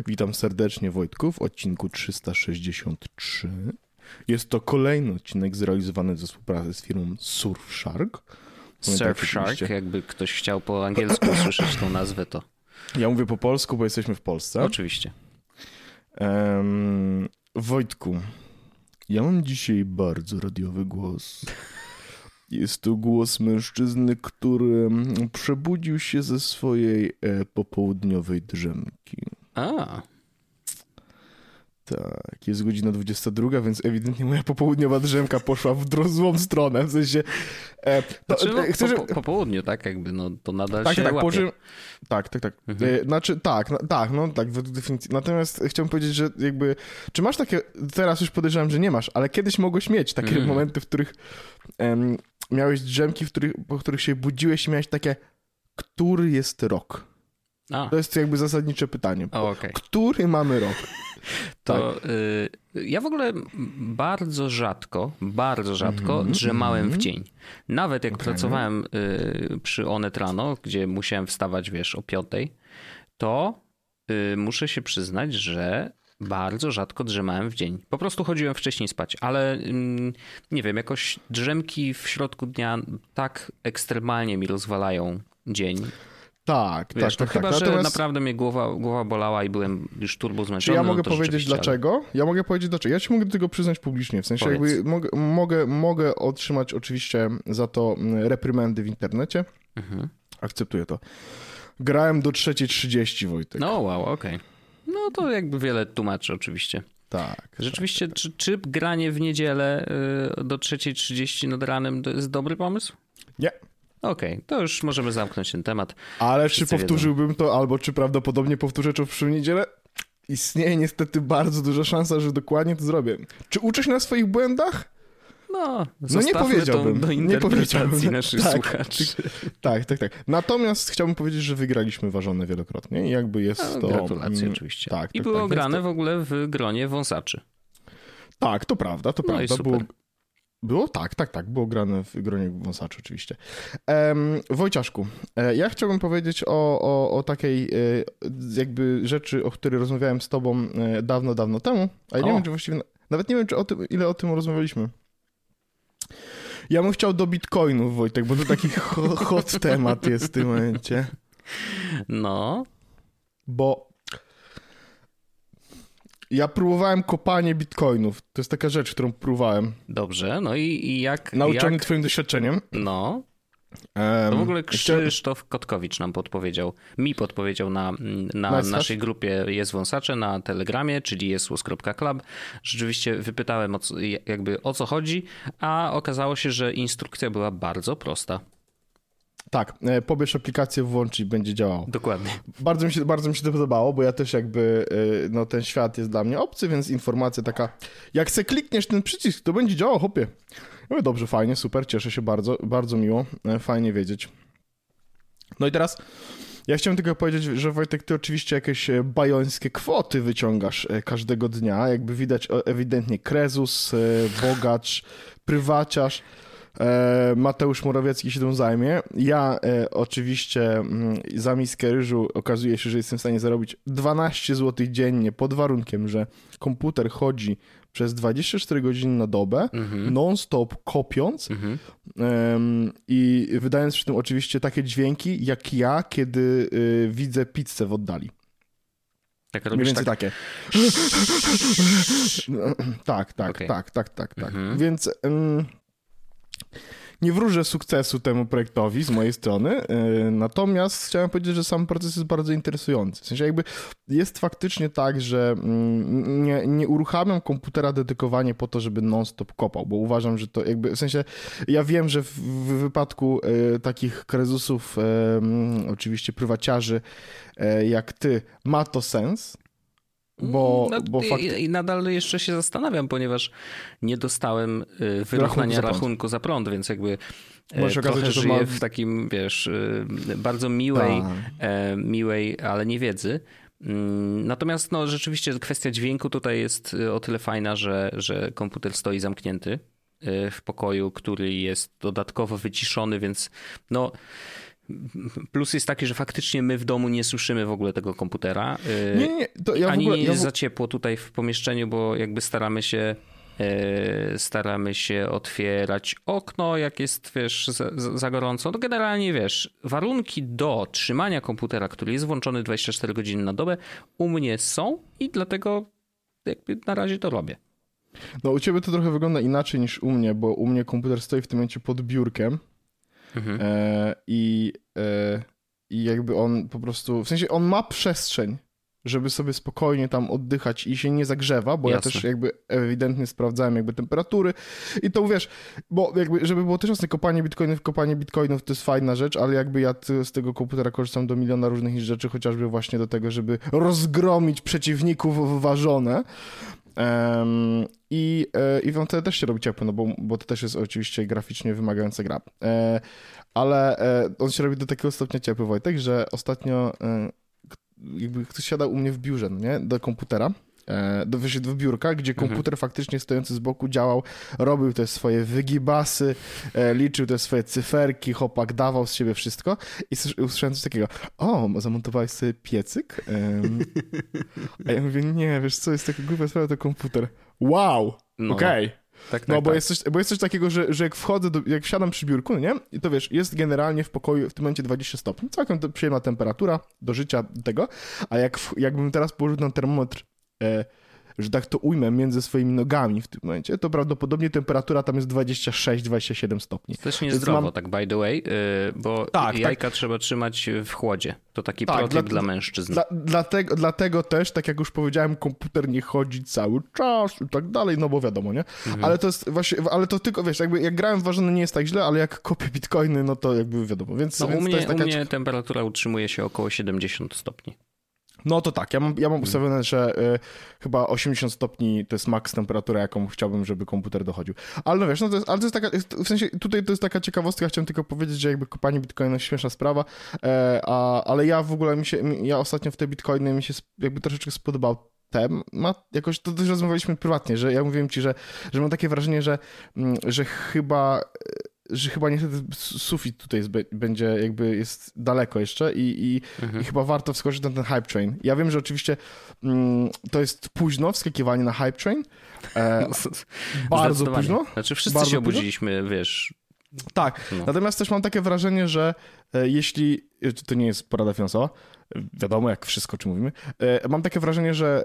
Witam serdecznie, Wojtku, w odcinku 363. Jest to kolejny odcinek zrealizowany ze współpracy z firmą Surfshark. Surfshark, jakby ktoś chciał po angielsku usłyszeć tą nazwę, to... Ja mówię po polsku, bo jesteśmy w Polsce. Oczywiście. Wojtku, ja mam dzisiaj bardzo radiowy głos. Jest to głos mężczyzny, który przebudził się ze swojej popołudniowej drzemki. A. Tak, jest godzina 22, więc ewidentnie moja popołudniowa drzemka poszła w złą stronę, w sensie... po południu, tak? Jakby, no to nadal tak, się tak, łapie. Tak. Znaczy, tak, według definicji. Natomiast chciałbym powiedzieć, że jakby... Czy masz takie... Teraz już podejrzewam, że nie masz, ale kiedyś mogłeś mieć takie momenty, w których miałeś drzemki, po których się budziłeś i miałeś takie... Który jest rok? To jest jakby zasadnicze pytanie. Okay. Który mamy rok? To ja w ogóle bardzo rzadko drzemałem w dzień. Nawet jak pracowałem przy Onet rano, gdzie musiałem wstawać, o 5:00, to muszę się przyznać, że bardzo rzadko drzemałem w dzień. Po prostu chodziłem wcześniej spać, ale nie wiem, jakoś drzemki w środku dnia tak ekstremalnie mi rozwalają dzień. Tak. Chyba, że naprawdę mnie głowa bolała i byłem już turbo zmęczony. Czy ja mogę powiedzieć dlaczego? Ja mogę powiedzieć dlaczego. Ja ci mogę do tego przyznać publicznie. W sensie jakby mogę otrzymać oczywiście za to reprymendy w internecie. Akceptuję to. Grałem do 3:30, Wojtek. No wow, okej. No to jakby wiele tłumaczy oczywiście. Tak. Rzeczywiście, czy granie w niedzielę do 3:30 nad ranem to jest dobry pomysł? Nie. Okej, to już możemy zamknąć ten temat. Ale czy powtórzyłbym to, albo czy prawdopodobnie powtórzę to w przyszłą niedzielę? Istnieje niestety bardzo duża szansa, że dokładnie to zrobię. Czy uczę się na swoich błędach? No nie powiedziałbym. Do interpretacji naszych słuchaczy. Tak. Natomiast chciałbym powiedzieć, że wygraliśmy ważone wielokrotnie i jakby jest to... Gratulacje oczywiście. I było grane w ogóle w gronie wąsaczy. Tak, to prawda. I super. Było? Tak. Było grane w gronie wąsaczy oczywiście. Wojciaszku, ja chciałbym powiedzieć o takiej jakby rzeczy, o której rozmawiałem z tobą dawno temu, a ja nie wiem, czy właściwie... Nawet nie wiem, ile o tym rozmawialiśmy. Ja bym chciał do bitcoinów, Wojtek, bo to taki hot temat jest w tym momencie. No. Bo ja próbowałem kopanie bitcoinów. To jest taka rzecz, którą próbowałem. Dobrze, no i jak... Nauczony twoim doświadczeniem. No. To w ogóle Krzysztof Kotkowicz mi podpowiedział na naszej grupie Jest Wąsacze na Telegramie, czyli jesłos.club. Rzeczywiście wypytałem o co chodzi, a okazało się, że instrukcja była bardzo prosta. Tak, pobierz aplikację, włącz i będzie działało. Dokładnie. Bardzo mi się to podobało, bo ja też jakby, ten świat jest dla mnie obcy, więc informacja taka, jak se klikniesz ten przycisk, to będzie działało, hopie. No dobrze, fajnie, super, cieszę się bardzo, bardzo miło, fajnie wiedzieć. No i teraz ja chciałem tylko powiedzieć, że Wojtek, ty oczywiście jakieś bajońskie kwoty wyciągasz każdego dnia, jakby widać ewidentnie krezus, bogacz, prywaciarz. Mateusz Morawiecki się tym zajmie. Ja oczywiście za miskę ryżu okazuje się, że jestem w stanie zarobić 12 zł dziennie pod warunkiem, że komputer chodzi przez 24 godziny na dobę, non-stop kopiąc i wydając przy tym oczywiście takie dźwięki jak ja, kiedy widzę pizzę w oddali. Tak robisz takie. Tak. Więc... Nie wróżę sukcesu temu projektowi z mojej strony, natomiast chciałem powiedzieć, że sam proces jest bardzo interesujący. W sensie jakby jest faktycznie tak, że nie uruchamiam komputera dedykowanie po to, żeby non-stop kopał, bo uważam, że to jakby, w sensie ja wiem, że w wypadku takich krezusów, oczywiście prywaciarzy jak ty, ma to sens. I nadal jeszcze się zastanawiam, ponieważ nie dostałem wyrównania rachunku za prąd, więc jakby trochę żyję w takim, bardzo miłej, ale nie wiedzy. Natomiast rzeczywiście kwestia dźwięku tutaj jest o tyle fajna, że komputer stoi zamknięty w pokoju, który jest dodatkowo wyciszony, więc Plus jest taki, że faktycznie my w domu nie słyszymy w ogóle tego komputera. Nie, to ja ani w ogóle, nie jest za ciepło tutaj w pomieszczeniu, bo jakby staramy się otwierać okno, jak jest, wiesz, za gorąco. No generalnie, wiesz, warunki do trzymania komputera, który jest włączony 24 godziny na dobę, u mnie są i dlatego jakby na razie to robię. No u ciebie to trochę wygląda inaczej niż u mnie, bo u mnie komputer stoi w tym momencie pod biurkiem i jakby on po prostu, w sensie on ma przestrzeń, żeby sobie spokojnie tam oddychać i się nie zagrzewa, bo Jasne. ja też jakby ewidentnie sprawdzałem jakby temperatury i to wiesz, bo jakby, żeby było też jasne, kopanie bitcoinów to jest fajna rzecz, ale jakby ja z tego komputera korzystam do miliona różnych rzeczy, chociażby właśnie do tego, żeby rozgromić przeciwników ważone. I wam wtedy też się robi ciepło, no bo to też jest oczywiście graficznie wymagająca gra. Ale on się robi do takiego stopnia ciepły, Wojtek, że ostatnio jakby ktoś siadał u mnie w biurze, no nie? Do komputera, do biurka, gdzie komputer faktycznie stojący z boku działał, robił te swoje wygibasy, liczył te swoje cyferki, chłopak dawał z siebie wszystko i usłyszałem coś takiego: o, zamontowałeś sobie piecyk? A ja mówię: nie, wiesz co, jest taka głupia sprawa, to komputer. Wow, no, okej. Tak, no, bo jest coś takiego, że jak wchodzę, jak wsiadam przy biurku, no nie? I to wiesz, jest generalnie w pokoju w tym momencie 20 stopni. Całkiem przyjemna temperatura do życia tego, a jakbym teraz położył ten termometr, że tak to ujmę, między swoimi nogami w tym momencie, to prawdopodobnie temperatura tam jest 26-27 stopni. To też niezdrowo, tak by the way, bo jajka trzeba trzymać w chłodzie. To taki protip dla mężczyzn. Dlatego też, tak jak już powiedziałem, komputer nie chodzi cały czas i tak dalej, no bo wiadomo, nie? Ale to jest właśnie, ale to tylko, wiesz, jakby jak grałem w Warzone nie jest tak źle, ale jak kopię bitcoiny, no to jakby wiadomo. Więc, no więc u mnie temperatura utrzymuje się około 70 stopni. No to tak, ja mam ustawione, że chyba 80 stopni to jest maks temperatura, jaką chciałbym, żeby komputer dochodził. Ale no wiesz, no to jest taka, w sensie tutaj to jest taka ciekawostka, chciałem tylko powiedzieć, że jakby kopanie bitcoina jest śmieszna sprawa, ale ja w ogóle ja ostatnio w te bitcoiny mi się jakby troszeczkę spodobał temat, jakoś to też rozmawialiśmy prywatnie, że ja mówiłem ci, że mam takie wrażenie, że chyba niestety sufit tutaj będzie jakby jest daleko jeszcze i chyba warto wskoczyć na ten hype train. Ja wiem, że oczywiście to jest późno wskakiwanie na hype train. Bardzo późno. Znaczy wszyscy się obudziliśmy, wiesz. Tak, natomiast też mam takie wrażenie, że jeśli, to nie jest porada finansowa, wiadomo jak wszystko, o czym mówimy, mam takie wrażenie, że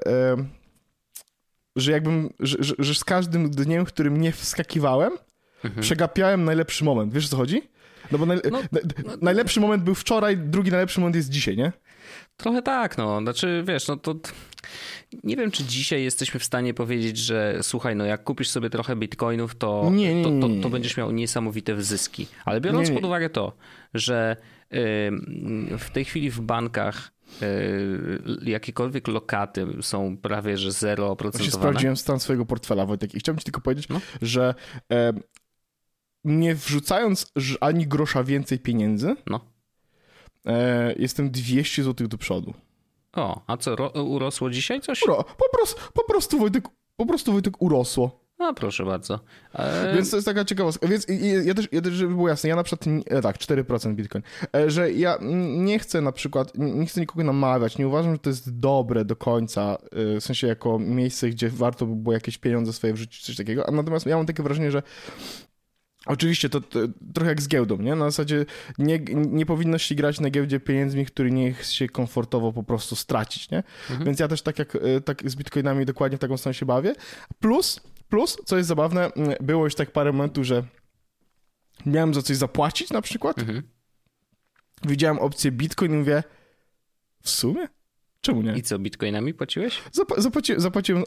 z każdym dniem, w którym nie wskakiwałem, przegapiałem najlepszy moment. Wiesz, o co chodzi? No bo najlepszy moment był wczoraj, drugi najlepszy moment jest dzisiaj, nie? Trochę tak, no. Znaczy, wiesz, no to nie wiem, czy dzisiaj jesteśmy w stanie powiedzieć, że słuchaj, no jak kupisz sobie trochę bitcoinów, to będziesz miał niesamowite zyski. Ale biorąc pod uwagę to, że w tej chwili w bankach jakiekolwiek lokaty są prawie, że 0%. Właśnie sprawdziłem stan swojego portfela, Wojtek, i chciałbym ci tylko powiedzieć, że nie wrzucając ani grosza więcej pieniędzy, jestem 200 zł do przodu. O, a co, urosło dzisiaj coś? Po prostu Wojtek urosło. A proszę bardzo. Więc to jest taka ciekawostka. Więc ja też, żeby było jasne, ja na przykład, 4% Bitcoin, że ja nie chcę na przykład, nie chcę nikogo namawiać, nie uważam, że to jest dobre do końca, w sensie jako miejsce, gdzie warto by było jakieś pieniądze swoje wrzucić, coś takiego, a natomiast ja mam takie wrażenie, że oczywiście to trochę jak z giełdą, nie? Na zasadzie nie powinno się grać na giełdzie pieniędzmi, które nie chce się komfortowo po prostu stracić, nie? Więc ja też tak z bitcoinami dokładnie w taką stronę się bawię. Plus, co jest zabawne, było już tak parę momentów, że miałem za coś zapłacić na przykład. Widziałem opcję bitcoin i mówię, w sumie? Czemu nie? I co, bitcoinami płaciłeś? Zapłaciłem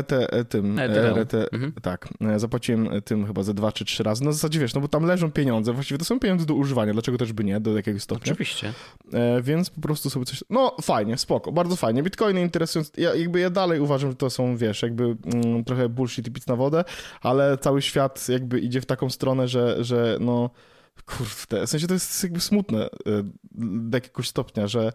tak, zapłaciłem tym chyba ze 2 czy 3 razy. No w zasadzie wiesz, no bo tam leżą pieniądze, właściwie to są pieniądze do używania, dlaczego też by nie, do jakiegoś stopnia. Oczywiście. Więc po prostu sobie coś, no fajnie, spoko, bardzo fajnie. Bitcoiny interesujące, ja dalej uważam, że to są, wiesz, jakby trochę bullshit i pic na wodę, ale cały świat jakby idzie w taką stronę, że no kurde, w sensie to jest jakby smutne do jakiegoś stopnia, że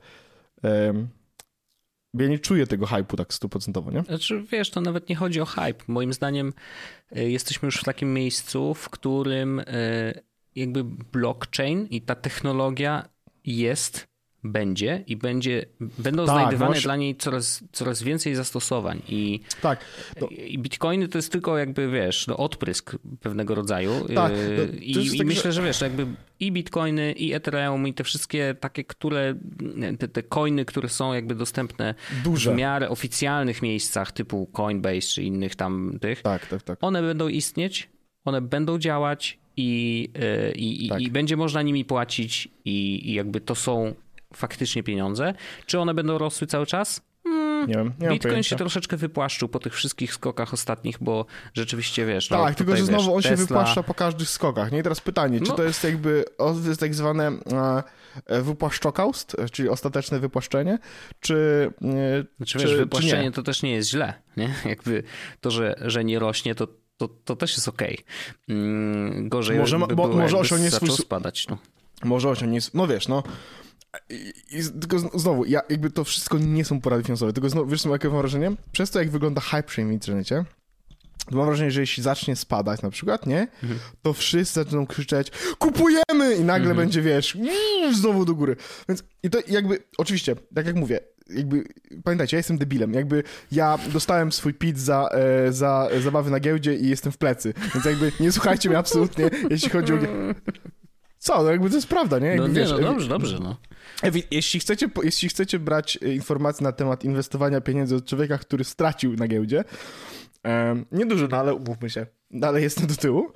ja nie czuję tego hype'u tak 100%, nie? Znaczy, wiesz, to nawet nie chodzi o hype. Moim zdaniem jesteśmy już w takim miejscu, w którym jakby blockchain i ta technologia będzie i będą znajdywane dla niej coraz więcej zastosowań. I bitcoiny to jest tylko jakby, wiesz, odprysk pewnego rodzaju. Tak, I myślę, że wiesz, jakby i bitcoiny, i Ethereum, i te wszystkie takie, te coiny, które są jakby dostępne w miarę oficjalnych miejscach typu Coinbase czy innych tam tych, one będą istnieć, one będą działać i będzie można nimi płacić i jakby to są faktycznie pieniądze. Czy one będą rosły cały czas? Nie wiem. Bitcoin się troszeczkę wypłaszczył po tych wszystkich skokach ostatnich, bo rzeczywiście, wiesz... Tak, tylko że znowu on się wypłaszcza po każdych skokach. Nie, i teraz pytanie, czy to jest jakby tak zwane wypłaszczokaust, czyli ostateczne wypłaszczenie, czy... wiesz, wypłaszczenie to też nie jest źle, nie? Jakby to, że nie rośnie, to też jest okej. Gorzej by było, może osiągnie zaczął spadać. Może osiągnie... No wiesz, tylko znowu, jakby to wszystko nie są porady finansowe, tylko znowu, wiesz, jakie mam wrażenie? Przez to, jak wygląda hype w internecie, to mam wrażenie, że jeśli zacznie spadać na przykład, nie? To wszyscy zaczną krzyczeć kupujemy! I nagle będzie, wiesz, znowu do góry. Więc i to jakby, oczywiście, tak jak mówię, jakby, pamiętajcie, ja jestem debilem, jakby ja dostałem swój PIT za zabawy na giełdzie i jestem w plecy, więc jakby nie słuchajcie mnie absolutnie, jeśli chodzi o... Co? No jakby to jest prawda, nie? Jakby, wiesz, dobrze. Jeśli chcecie brać informacje na temat inwestowania pieniędzy od człowieka, który stracił na giełdzie, niedużo, no ale umówmy się, dalej jestem do tyłu,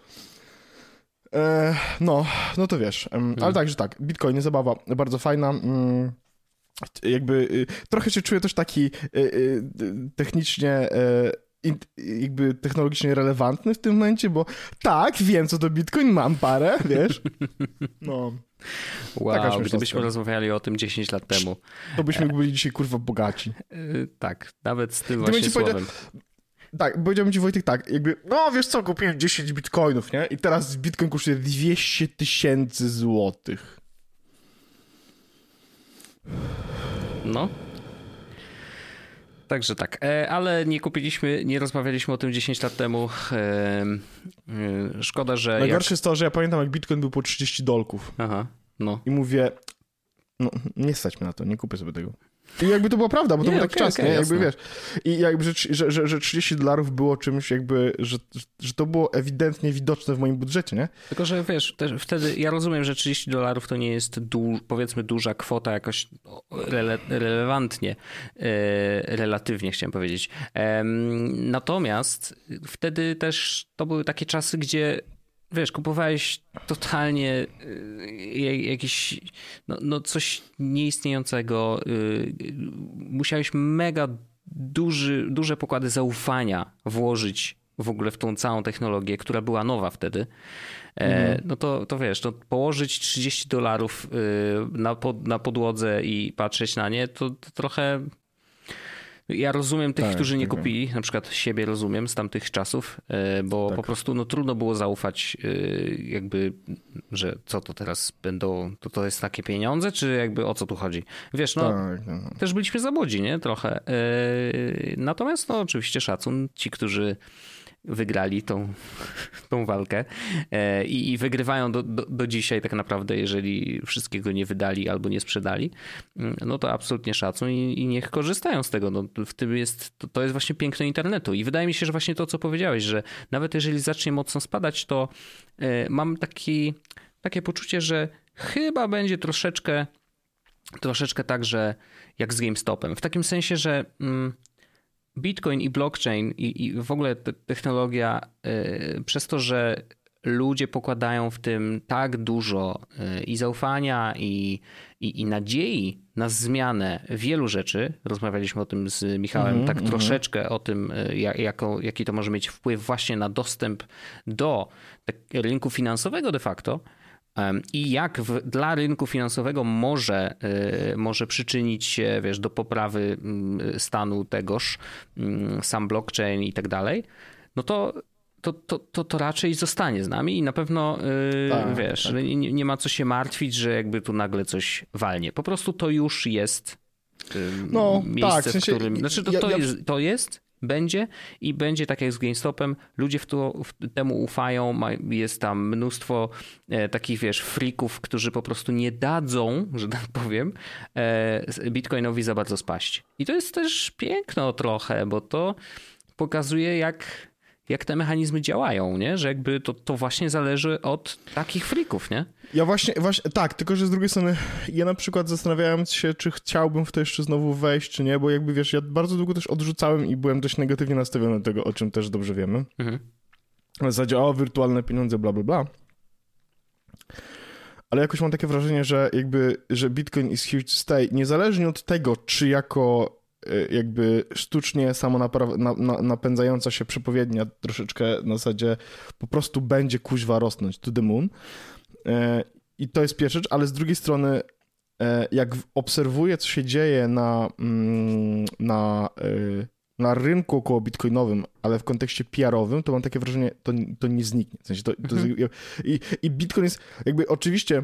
no to wiesz. Ale także tak, Bitcoin, zabawa bardzo fajna. Jakby trochę się czuję też taki technicznie... jakby technologicznie relevantny w tym momencie, bo tak, wiem co to Bitcoin, mam parę, wiesz? No. Wow, gdybyśmy rozmawiali o tym 10 lat temu. To byśmy byli dzisiaj, kurwa, bogaci. Tak, nawet z tym właśnie słowem. Tak, powiedziałbym ci, Wojtek, tak, jakby, no wiesz co, kupiłem 10 bitcoinów, nie? I teraz Bitcoin kosztuje 200 000 złotych. No. Także tak, ale nie rozmawialiśmy o tym 10 lat temu. Szkoda, że... Najgorsze jest to, że ja pamiętam, jak Bitcoin był po $30. Aha, no. I mówię, no nie stać mnie na to, nie kupię sobie tego. I jakby to była prawda, bo to był taki czas, nie? Jakby wiesz. I jakby, że $30 było czymś jakby, że to było ewidentnie widoczne w moim budżecie, nie? Tylko, że wiesz, też wtedy ja rozumiem, że $30 to nie jest powiedzmy duża kwota jakoś relevantnie, relatywnie chciałem powiedzieć. Natomiast wtedy też to były takie czasy, gdzie wiesz, kupowałeś totalnie jakiś, no coś nieistniejącego. Musiałeś mega duże pokłady zaufania włożyć w ogóle w tą całą technologię, która była nowa wtedy. No to wiesz, to położyć $30 na podłodze i patrzeć na nie, to trochę... Ja rozumiem tych, którzy nie kupili, na przykład siebie rozumiem z tamtych czasów, bo po prostu trudno było zaufać jakby, że co to teraz będą, to jest takie pieniądze, czy jakby o co tu chodzi? Wiesz, też byliśmy za młodzi, nie? Trochę. Natomiast oczywiście szacun, ci, którzy wygrali tą walkę i wygrywają do dzisiaj tak naprawdę, jeżeli wszystkiego nie wydali albo nie sprzedali, no to absolutnie szacun i niech korzystają z tego. No, w tym to jest właśnie piękno internetu i wydaje mi się, że właśnie to, co powiedziałeś, że nawet jeżeli zacznie mocno spadać, to mam takie poczucie, że chyba będzie troszeczkę tak, że jak z GameStopem. W takim sensie, że Bitcoin i blockchain i w ogóle technologia przez to, że ludzie pokładają w tym tak dużo i zaufania i nadziei na zmianę wielu rzeczy. Rozmawialiśmy o tym z Michałem troszeczkę o tym, jaki to może mieć wpływ właśnie na dostęp do rynku finansowego de facto. I jak dla rynku finansowego może przyczynić się, wiesz, do poprawy stanu tegoż, sam blockchain i tak dalej, no to raczej zostanie z nami i na pewno, wiesz, nie ma co się martwić, że jakby tu nagle coś walnie. Po prostu to już jest miejsce, w sensie, w którym... Znaczy to jest będzie i będzie tak jak z GameStopem, ludzie temu ufają, jest tam mnóstwo takich, wiesz, freaków, którzy po prostu nie dadzą, że tak powiem, Bitcoinowi za bardzo spaść. I to jest też piękno trochę, bo to pokazuje jak te mechanizmy działają, nie? Że jakby to właśnie zależy od takich freaków, nie? Ja właśnie, tak, tylko że z drugiej strony ja na przykład zastanawiałem się, czy chciałbym w to jeszcze znowu wejść, czy nie, bo jakby wiesz, ja bardzo długo też odrzucałem i byłem dość negatywnie nastawiony do tego, o czym też dobrze wiemy. Zadziałało wirtualne pieniądze, bla, bla, bla. Ale jakoś mam takie wrażenie, że Bitcoin is here to stay, niezależnie od tego, czy jako jakby sztucznie napędzająca się przepowiednia troszeczkę na zasadzie po prostu będzie kuźwa rosnąć to the moon. I to jest pierwsza rzecz, ale z drugiej strony jak obserwuję, co się dzieje na rynku około bitcoinowym, ale w kontekście PR-owym, to mam takie wrażenie, to nie zniknie. W sensie I Bitcoin jest jakby oczywiście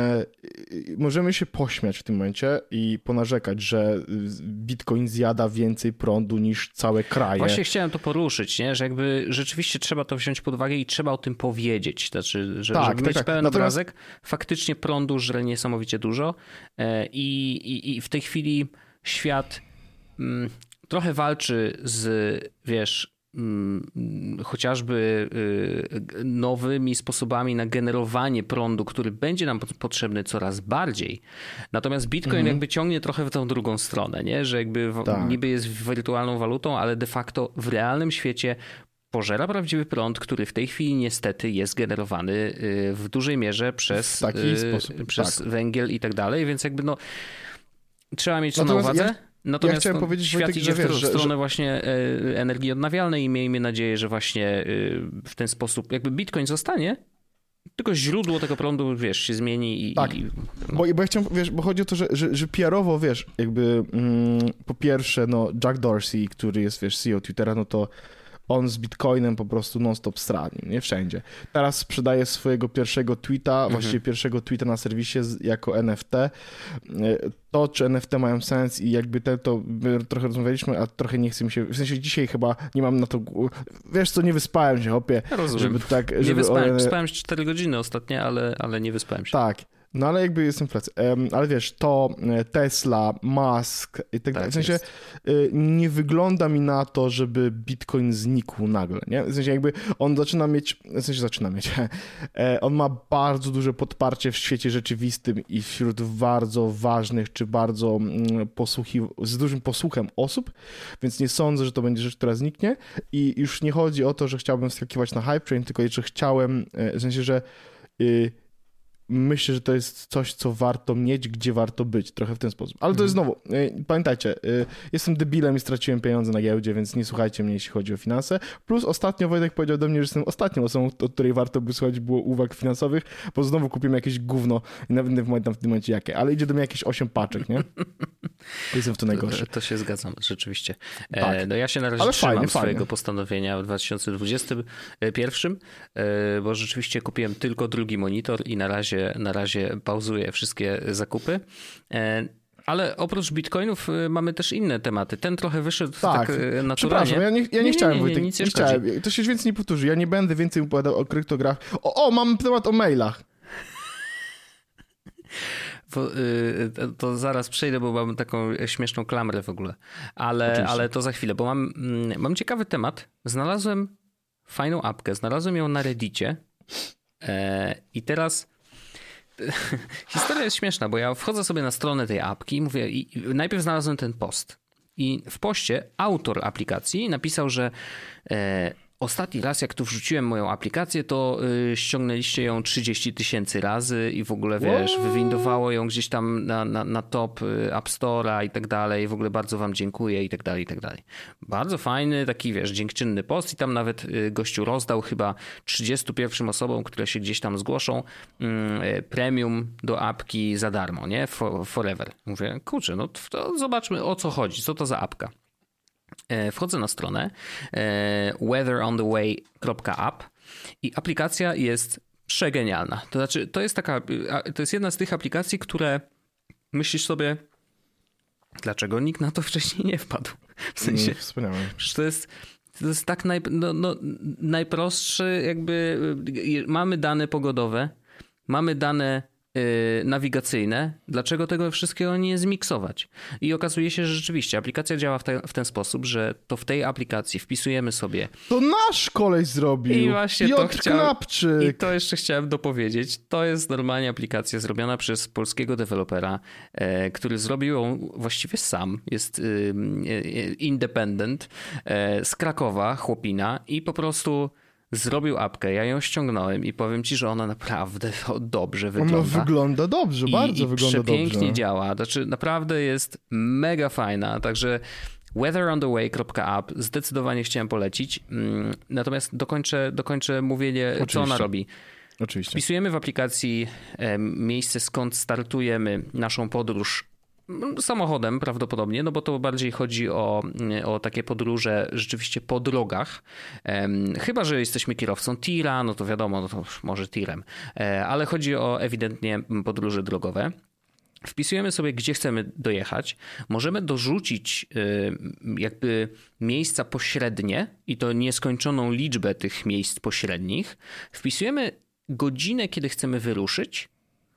możemy się pośmiać w tym momencie i ponarzekać, że Bitcoin zjada więcej prądu niż całe kraje. Właśnie chciałem to poruszyć, nie? Że jakby rzeczywiście trzeba to wziąć pod uwagę i trzeba o tym powiedzieć. Znaczy, żeby mieć pełen obrazek, faktycznie prądu żre niesamowicie dużo i w tej chwili świat trochę walczy z, wiesz, chociażby nowymi sposobami na generowanie prądu, który będzie nam potrzebny coraz bardziej. Natomiast Bitcoin jakby ciągnie trochę w tą drugą stronę, nie? Że jakby niby jest wirtualną walutą, ale de facto w realnym świecie pożera prawdziwy prąd, który w tej chwili niestety jest generowany w dużej mierze przez węgiel i tak dalej, więc jakby trzeba mieć to na uwadze. Natomiast chciałem powiedzieć, świat Wojtek, idzie w że stronę właśnie energii odnawialnej i miejmy nadzieję, że właśnie w ten sposób jakby Bitcoin zostanie, tylko źródło tego prądu, wiesz, się zmieni. Bo ja chciałem, wiesz, bo chodzi o to, że PR-owo, wiesz, jakby po pierwsze, Jack Dorsey, który jest, wiesz, CEO Twittera, to on z Bitcoinem po prostu non-stop stranił, nie? Wszędzie. Teraz sprzedaje swojego pierwszego tweeta, właściwie pierwszego tweeta na serwisie jako NFT. To, czy NFT mają sens i jakby to trochę rozmawialiśmy, a trochę nie chcę mi się, w sensie dzisiaj chyba nie mam na to, wiesz co, nie wyspałem się, hopie. Ja rozumiem. Nie wyspałem się 4 godziny ostatnio, ale nie wyspałem się. Tak. No ale jakby jestem w pracy. Ale wiesz, to Tesla, Musk i tak dalej. W sensie nie wygląda mi na to, żeby Bitcoin znikł nagle, nie? W sensie jakby on zaczyna mieć, on ma bardzo duże podparcie w świecie rzeczywistym i wśród bardzo ważnych, czy bardzo z dużym posłuchem osób, więc nie sądzę, że to będzie rzecz, która zniknie i już nie chodzi o to, że chciałbym skakiwać na hype train, tylko że chciałem, w sensie, że myślę, że to jest coś, co warto mieć, gdzie warto być, trochę w ten sposób. Ale to jest znowu, pamiętajcie, jestem debilem i straciłem pieniądze na giełdzie, więc nie słuchajcie mnie, jeśli chodzi o finanse. Plus ostatnio Wojtek powiedział do mnie, że jestem ostatnią osobą, od której warto by słuchać było uwag finansowych, bo znowu kupiłem jakieś gówno i nawet nie pamiętam w tym momencie jakie, ale idzie do mnie jakieś 8 paczek, nie? Jestem w to najgorszy. To się zgadzam, rzeczywiście. Tak. No ja się na razie trzymam swojego postanowienia w 2021, bo rzeczywiście kupiłem tylko drugi monitor i na razie pauzuję wszystkie zakupy. Ale oprócz bitcoinów mamy też inne tematy. Ten trochę wyszedł tak naturalnie. Przepraszam, ja nie chciałem, Wojtek. Nie chciałem. To się więcej nie powtórzy. Ja nie będę więcej opowiadał o kryptografii. Mam temat o mailach. To zaraz przejdę, bo mam taką śmieszną klamrę w ogóle. Ale to za chwilę, bo mam ciekawy temat. Znalazłem fajną apkę. Znalazłem ją na Reddicie. I teraz historia jest śmieszna, bo ja wchodzę sobie na stronę tej apki i mówię, najpierw znalazłem ten post. I w poście autor aplikacji napisał, że ostatni raz, jak tu wrzuciłem moją aplikację, to ściągnęliście ją 30 000 razy i w ogóle, wiesz, wywindowało ją gdzieś tam na top App Store'a i tak dalej. W ogóle bardzo wam dziękuję i tak dalej, i tak dalej. Bardzo fajny, taki, wiesz, dziękczynny post i tam nawet gościu rozdał chyba 31 osobom, które się gdzieś tam zgłoszą, premium do apki za darmo, nie? Forever. Mówię, kurczę, no to zobaczmy, o co chodzi, co to za apka. Wchodzę na stronę weatherondtheway.app i aplikacja jest przegenialna. To znaczy, to jest jedna z tych aplikacji, które myślisz sobie, dlaczego nikt na to wcześniej nie wpadł. W sensie, Wspaniałe. to jest tak najprostszy jakby, mamy dane pogodowe, mamy dane nawigacyjne, dlaczego tego wszystkiego nie zmiksować? I okazuje się, że rzeczywiście aplikacja działa w ten sposób, że to w tej aplikacji wpisujemy sobie... To nasz koleś zrobił! I właśnie Piotr Knapczyk! I to jeszcze chciałem dopowiedzieć. To jest normalnie aplikacja zrobiona przez polskiego dewelopera, który zrobił ją właściwie sam. Jest independent, z Krakowa, chłopina i po prostu... zrobił apkę, ja ją ściągnąłem i powiem ci, że ona naprawdę dobrze wygląda. Ona wygląda dobrze, bardzo wygląda dobrze. I przepięknie działa. Znaczy naprawdę jest mega fajna, także weatherontheway.app zdecydowanie chciałem polecić. Natomiast dokończę mówienie, oczywiście, co ona robi. Oczywiście. Wpisujemy w aplikacji miejsce, skąd startujemy naszą podróż samochodem prawdopodobnie, no bo to bardziej chodzi o takie podróże rzeczywiście po drogach. Chyba że jesteśmy kierowcą tira, no to wiadomo, no to może tirem. Ale chodzi o ewidentnie podróże drogowe. Wpisujemy sobie, gdzie chcemy dojechać. Możemy dorzucić jakby miejsca pośrednie i to nieskończoną liczbę tych miejsc pośrednich. Wpisujemy godzinę, kiedy chcemy wyruszyć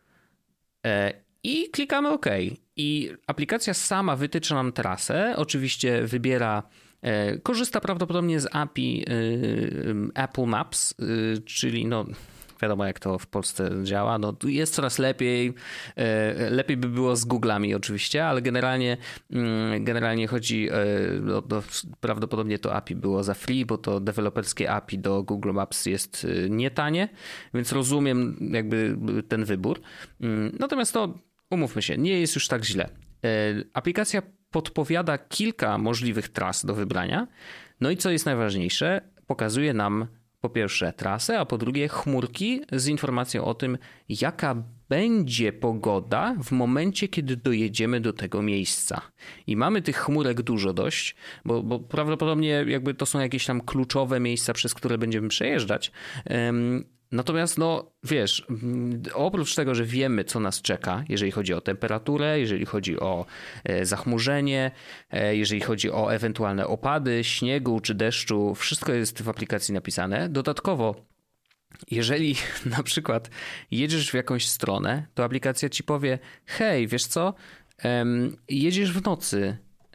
i klikamy OK. I aplikacja sama wytycza nam trasę. Oczywiście korzysta prawdopodobnie z API Apple Maps, czyli no wiadomo jak to w Polsce działa. No, jest coraz lepiej. Lepiej by było z Google'ami oczywiście, ale generalnie chodzi, prawdopodobnie to API było za free, bo to deweloperskie API do Google Maps jest nietanie, więc rozumiem jakby ten wybór. Natomiast to umówmy się, nie jest już tak źle. Aplikacja podpowiada kilka możliwych tras do wybrania. No i co jest najważniejsze, pokazuje nam po pierwsze trasę, a po drugie chmurki z informacją o tym, jaka będzie pogoda w momencie, kiedy dojedziemy do tego miejsca. I mamy tych chmurek dużo dość, bo prawdopodobnie jakby to są jakieś tam kluczowe miejsca, przez które będziemy przejeżdżać. Natomiast no wiesz, oprócz tego, że wiemy co nas czeka, jeżeli chodzi o temperaturę, jeżeli chodzi o zachmurzenie, jeżeli chodzi o ewentualne opady śniegu czy deszczu, wszystko jest w aplikacji napisane. Dodatkowo, jeżeli na przykład jedziesz w jakąś stronę, to aplikacja ci powie: hej, wiesz co, jedziesz w nocy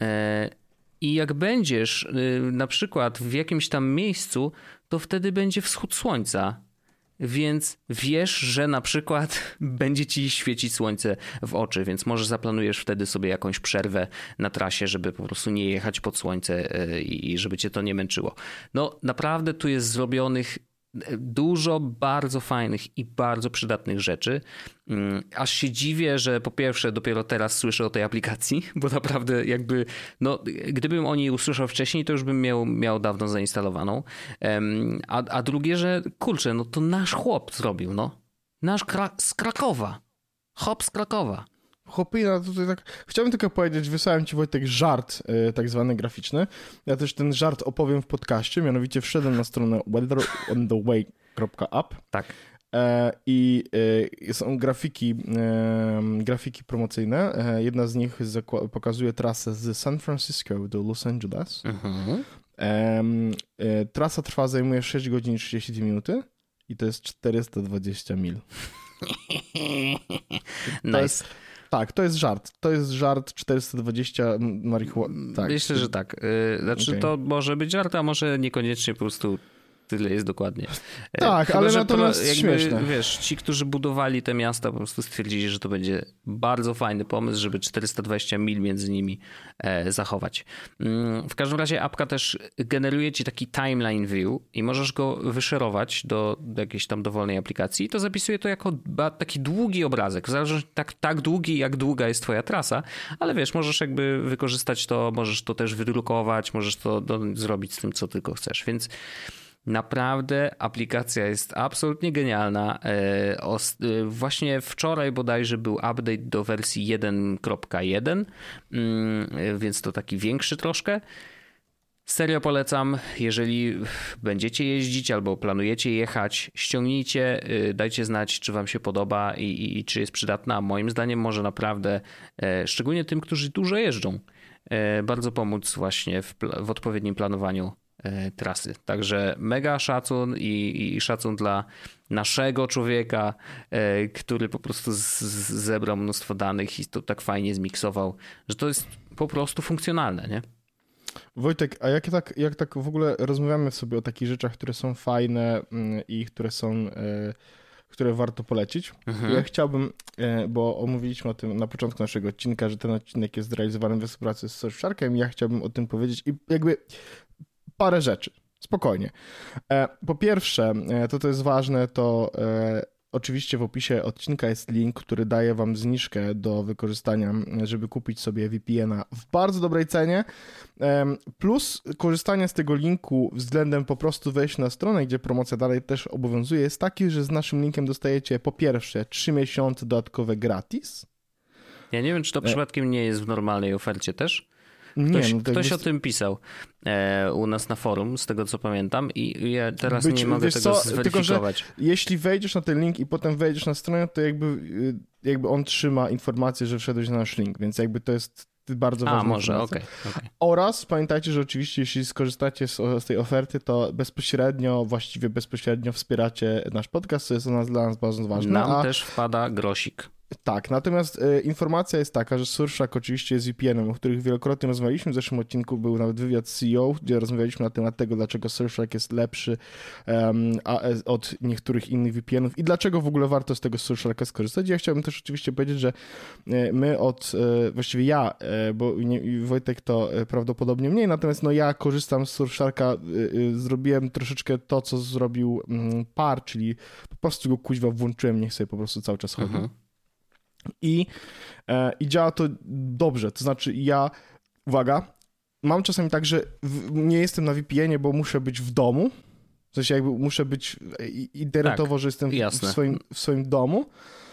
i jak będziesz na przykład w jakimś tam miejscu, to wtedy będzie wschód słońca. Więc wiesz, że na przykład będzie ci świecić słońce w oczy, więc może zaplanujesz wtedy sobie jakąś przerwę na trasie, żeby po prostu nie jechać pod słońce i żeby cię to nie męczyło. No naprawdę tu jest zrobionych dużo bardzo fajnych i bardzo przydatnych rzeczy. Aż się dziwię, że po pierwsze dopiero teraz słyszę o tej aplikacji, bo naprawdę jakby, no gdybym o niej usłyszał wcześniej, to już bym miał dawno zainstalowaną. A drugie, że kurczę, no to nasz chłop zrobił, no. Nasz z Krakowa. Chłop z Krakowa. Chłopina, tutaj tak. Chciałbym tylko powiedzieć, wysłałem ci, Wojtek, żart tak zwany graficzny. Ja też ten żart opowiem w podcaście, mianowicie wszedłem na stronę weatherontheway.app. Tak. I są grafiki promocyjne. Jedna z nich pokazuje trasę z San Francisco do Los Angeles. Trasa zajmuje 6 godzin i 32 minuty i to jest 420 mil. Nice. Tak, to jest żart. To jest żart 420 marihuana. Tak. Myślę, że tak. Znaczy okay. To może być żart, a może niekoniecznie po prostu tyle jest dokładnie. Tak, chyba, ale natomiast jakby, śmieszne. Wiesz, ci, którzy budowali te miasta, po prostu stwierdzili, że to będzie bardzo fajny pomysł, żeby 420 mil między nimi zachować. W każdym razie apka też generuje ci taki timeline view i możesz go wyszerować do jakiejś tam dowolnej aplikacji i to zapisuje to jako taki długi obrazek. Zależy tak długi, jak długa jest twoja trasa, ale wiesz, możesz jakby wykorzystać to, możesz to też wydrukować, możesz to zrobić z tym, co tylko chcesz, więc naprawdę aplikacja jest absolutnie genialna. Właśnie wczoraj bodajże był update do wersji 1.1, więc to taki większy troszkę. Serio polecam, jeżeli będziecie jeździć albo planujecie jechać, ściągnijcie, dajcie znać, czy wam się podoba i czy jest przydatna. Moim zdaniem może naprawdę, szczególnie tym, którzy dużo jeżdżą, bardzo pomóc właśnie w odpowiednim planowaniu trasy. Także mega szacun i szacun dla naszego człowieka, który po prostu zebrał mnóstwo danych i to tak fajnie zmiksował, że to jest po prostu funkcjonalne, nie? Wojtek, a jak tak w ogóle rozmawiamy sobie o takich rzeczach, które są fajne i które warto polecić, to ja chciałbym, bo omówiliśmy o tym na początku naszego odcinka, że ten odcinek jest zrealizowany we współpracy z Surfsharkiem i ja chciałbym o tym powiedzieć i jakby parę rzeczy, spokojnie. Po pierwsze, to jest ważne, to oczywiście w opisie odcinka jest link, który daje wam zniżkę do wykorzystania, żeby kupić sobie VPN-a w bardzo dobrej cenie, plus korzystanie z tego linku względem po prostu wejść na stronę, gdzie promocja dalej też obowiązuje, jest taki, że z naszym linkiem dostajecie po pierwsze 3 miesiące dodatkowe gratis. Ja nie wiem, czy to przypadkiem nie jest w normalnej ofercie też? Ktoś o tym pisał u nas na forum, z tego co pamiętam i ja teraz nie mogę tego zweryfikować. Tylko, że jeśli wejdziesz na ten link i potem wejdziesz na stronę, to jakby on trzyma informację, że wszedłeś na nasz link, więc jakby to jest bardzo ważna informacja. Okej. Oraz pamiętajcie, że oczywiście jeśli skorzystacie z tej oferty, to właściwie bezpośrednio wspieracie nasz podcast, co jest dla nas bardzo ważne. Nam też wpada grosik. Tak, natomiast informacja jest taka, że Surfshark oczywiście jest VPN-em, o których wielokrotnie rozmawialiśmy. W zeszłym odcinku był nawet wywiad z CEO, gdzie rozmawialiśmy na temat tego, dlaczego Surfshark jest lepszy od niektórych innych VPN-ów i dlaczego w ogóle warto z tego Surfsharka skorzystać. Ja chciałbym też oczywiście powiedzieć, że my właściwie ja, bo Wojtek to prawdopodobnie mniej, natomiast ja korzystam z Surfsharka, zrobiłem troszeczkę to, co zrobił Par, czyli po prostu go kuźwa włączyłem, niech sobie po prostu cały czas chodzi. I działa to dobrze, to znaczy uwaga, mam czasami tak, że nie jestem na VPN-ie, bo muszę być w domu, w sensie jakby muszę być internetowo, że jestem w swoim domu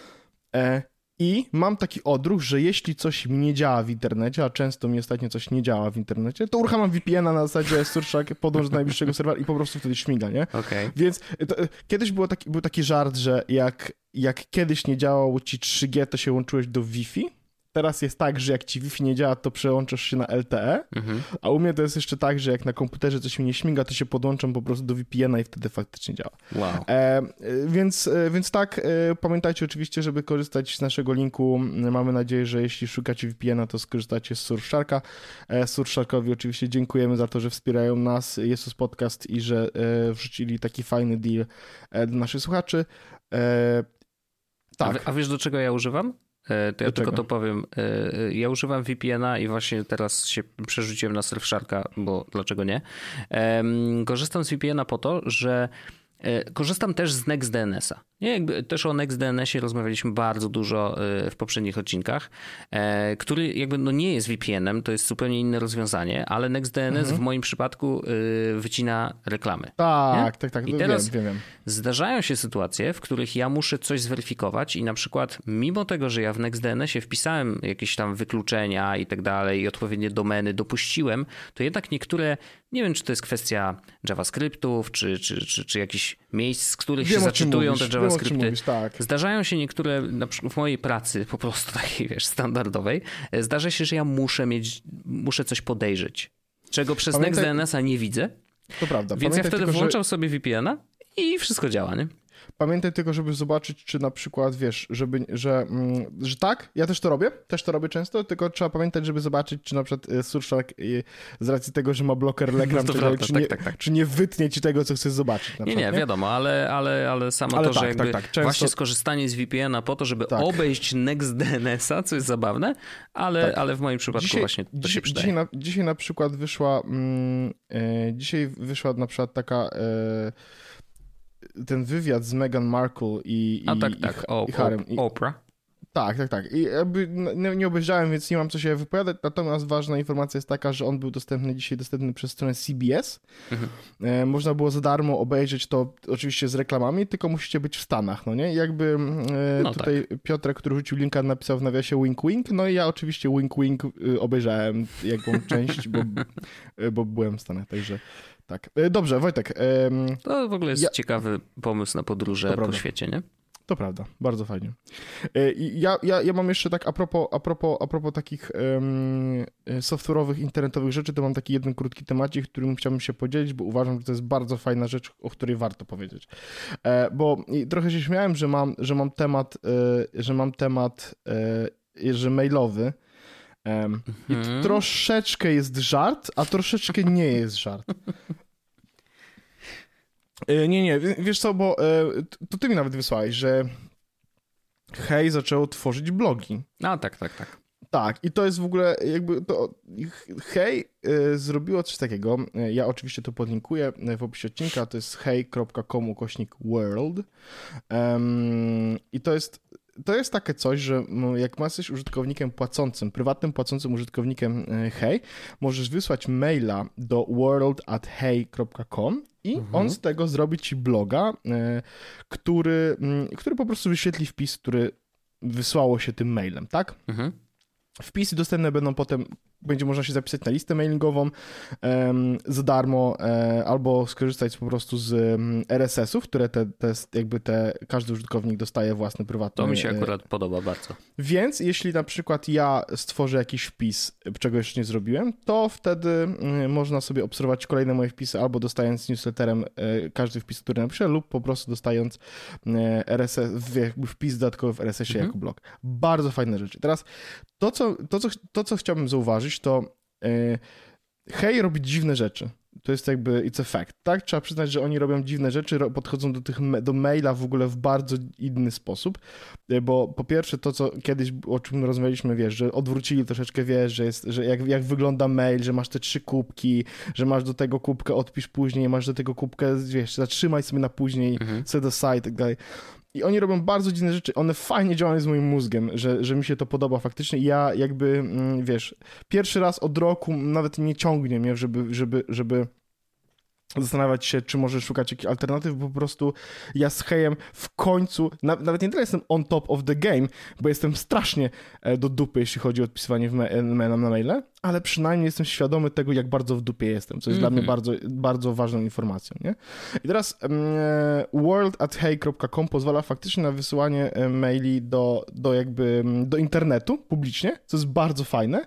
i mam taki odruch, że jeśli coś mi nie działa w internecie, a często mi ostatnio coś nie działa w internecie, to uruchamiam VPN-a na zasadzie Surfshark, podążę do najbliższego serwera i po prostu wtedy śmiga, nie? Okay. Więc kiedyś był taki żart, że jak kiedyś nie działało ci 3G, to się łączyłeś do Wi-Fi. Teraz jest tak, że jak ci Wi-Fi nie działa, to przełączasz się na LTE, a u mnie to jest jeszcze tak, że jak na komputerze coś mi nie śmiga, to się podłączam po prostu do VPN-a i wtedy faktycznie działa. Wow. Więc tak, pamiętajcie oczywiście, żeby korzystać z naszego linku. Mamy nadzieję, że jeśli szukacie VPN-a, to skorzystacie z Surfsharka. Surfsharkowi oczywiście dziękujemy za to, że wspierają nas, Jesus Podcast i że wrzucili taki fajny deal dla naszych słuchaczy. Tak. A wiesz, do czego ja używam? To ja tylko to powiem. Ja używam VPN-a i właśnie teraz się przerzuciłem na Surfsharka, bo dlaczego nie? Korzystam z VPN-a po to, że korzystam też z NextDNS-a. Jakby też o NextDNS-ie rozmawialiśmy bardzo dużo w poprzednich odcinkach, który jakby nie jest VPN-em, to jest zupełnie inne rozwiązanie, ale NextDNS w moim przypadku wycina reklamy. Tak. I teraz wiem. Zdarzają się sytuacje, w których ja muszę coś zweryfikować i na przykład mimo tego, że ja w NextDNS-ie wpisałem jakieś tam wykluczenia i tak dalej i odpowiednie domeny dopuściłem, to jednak niektóre, nie wiem czy to jest kwestia JavaScriptów, czy jakichś miejsc, z których się zaczytują te JavaScripty. Tak. Zdarzają się niektóre, na przykład w mojej pracy po prostu takiej, standardowej, zdarza się, że ja muszę coś podejrzeć, czego przez NextDNS-a nie widzę. To prawda. Więc ja wtedy włączam sobie VPN-a i wszystko działa, nie? Pamiętaj tylko, żeby zobaczyć, czy na przykład, wiesz, że tak, ja też to robię często, tylko trzeba pamiętać, żeby zobaczyć, czy na przykład Surfshark z racji tego, że ma bloker lekram, czy nie wytnie ci tego, co chcesz zobaczyć. Na przykład, nie, wiadomo, ale samo to, że jakby właśnie skorzystanie z VPN-a po to, żeby obejść NextDNS-a, co jest zabawne, ale w moim przypadku właśnie to się przydaje. Dzisiaj na przykład wyszła na przykład taka... ten wywiad z Meghan Markle i Harrym. Oprah. Tak. I jakby nie obejrzałem, więc nie mam co się wypowiadać, natomiast ważna informacja jest taka, że on był dzisiaj dostępny przez stronę CBS. Można było za darmo obejrzeć to oczywiście z reklamami, tylko musicie być w Stanach, no nie? I jakby tutaj Piotrek, który rzucił linka, napisał w nawiasie wink wink, no i ja oczywiście wink wink obejrzałem jaką część, bo byłem w Stanach, także... Tak. Dobrze, Wojtek. To w ogóle jest ciekawy pomysł na podróże po świecie, nie? To prawda, bardzo fajnie. I ja mam jeszcze tak a propos takich software'owych, internetowych rzeczy, to mam taki jeden krótki temacik, którym chciałbym się podzielić, bo uważam, że to jest bardzo fajna rzecz, o której warto powiedzieć. Bo trochę się śmiałem, że mam temat że mailowy. I to troszeczkę jest żart, a troszeczkę nie jest żart. Nie, wiesz co, bo to ty mi nawet wysłałeś, że Hej zaczęło tworzyć blogi. A, tak. Tak, i to jest w ogóle jakby to Hej zrobiło coś takiego, ja oczywiście to podlinkuję w opisie odcinka, to jest hej.com/world i to jest takie coś, że jak jesteś użytkownikiem płacącym, prywatnym płacącym użytkownikiem Hej, możesz wysłać maila do world@hey.com i on z tego zrobi ci bloga, który po prostu wyświetli wpis, który wysłało się tym mailem, tak? Wpisy dostępne będą potem, będzie można się zapisać na listę mailingową za darmo albo skorzystać po prostu z RSS-ów, które każdy użytkownik dostaje własny prywatny. To mi się akurat podoba bardzo. Więc jeśli na przykład ja stworzę jakiś wpis, czego jeszcze nie zrobiłem, to wtedy można sobie obserwować kolejne moje wpisy albo dostając newsletterem każdy wpis, który napiszę, lub po prostu dostając RSS, jakby wpis dodatkowy w RSS-ie jako blog. Bardzo fajne rzeczy. Teraz to, co chciałbym zauważyć, to Hej robi dziwne rzeczy. To jest jakby it's a fact, tak? Trzeba przyznać, że oni robią dziwne rzeczy, podchodzą do maila w ogóle w bardzo inny sposób, bo po pierwsze to, co kiedyś, o czym rozmawialiśmy, wiesz, że odwrócili troszeczkę, wiesz, że jak wygląda mail, że masz te 3 kubki, że masz do tego kubkę odpisz później, masz do tego kubkę, wiesz, zatrzymaj sobie na później, set aside, tak dalej. I oni robią bardzo dziwne rzeczy, one fajnie działają z moim mózgiem, że mi się to podoba faktycznie i ja jakby, wiesz, pierwszy raz od roku nawet nie ciągnie mnie, żeby zastanawiać się, czy może szukać jakichś alternatyw, bo po prostu ja z Hejem w końcu, nawet nie tyle jestem on top of the game, bo jestem strasznie do dupy, jeśli chodzi o odpisywanie na maile, ale przynajmniej jestem świadomy tego, jak bardzo w dupie jestem, co jest dla mnie bardzo, bardzo ważną informacją, nie? I teraz world@hey.com pozwala faktycznie na wysyłanie maili do internetu publicznie, co jest bardzo fajne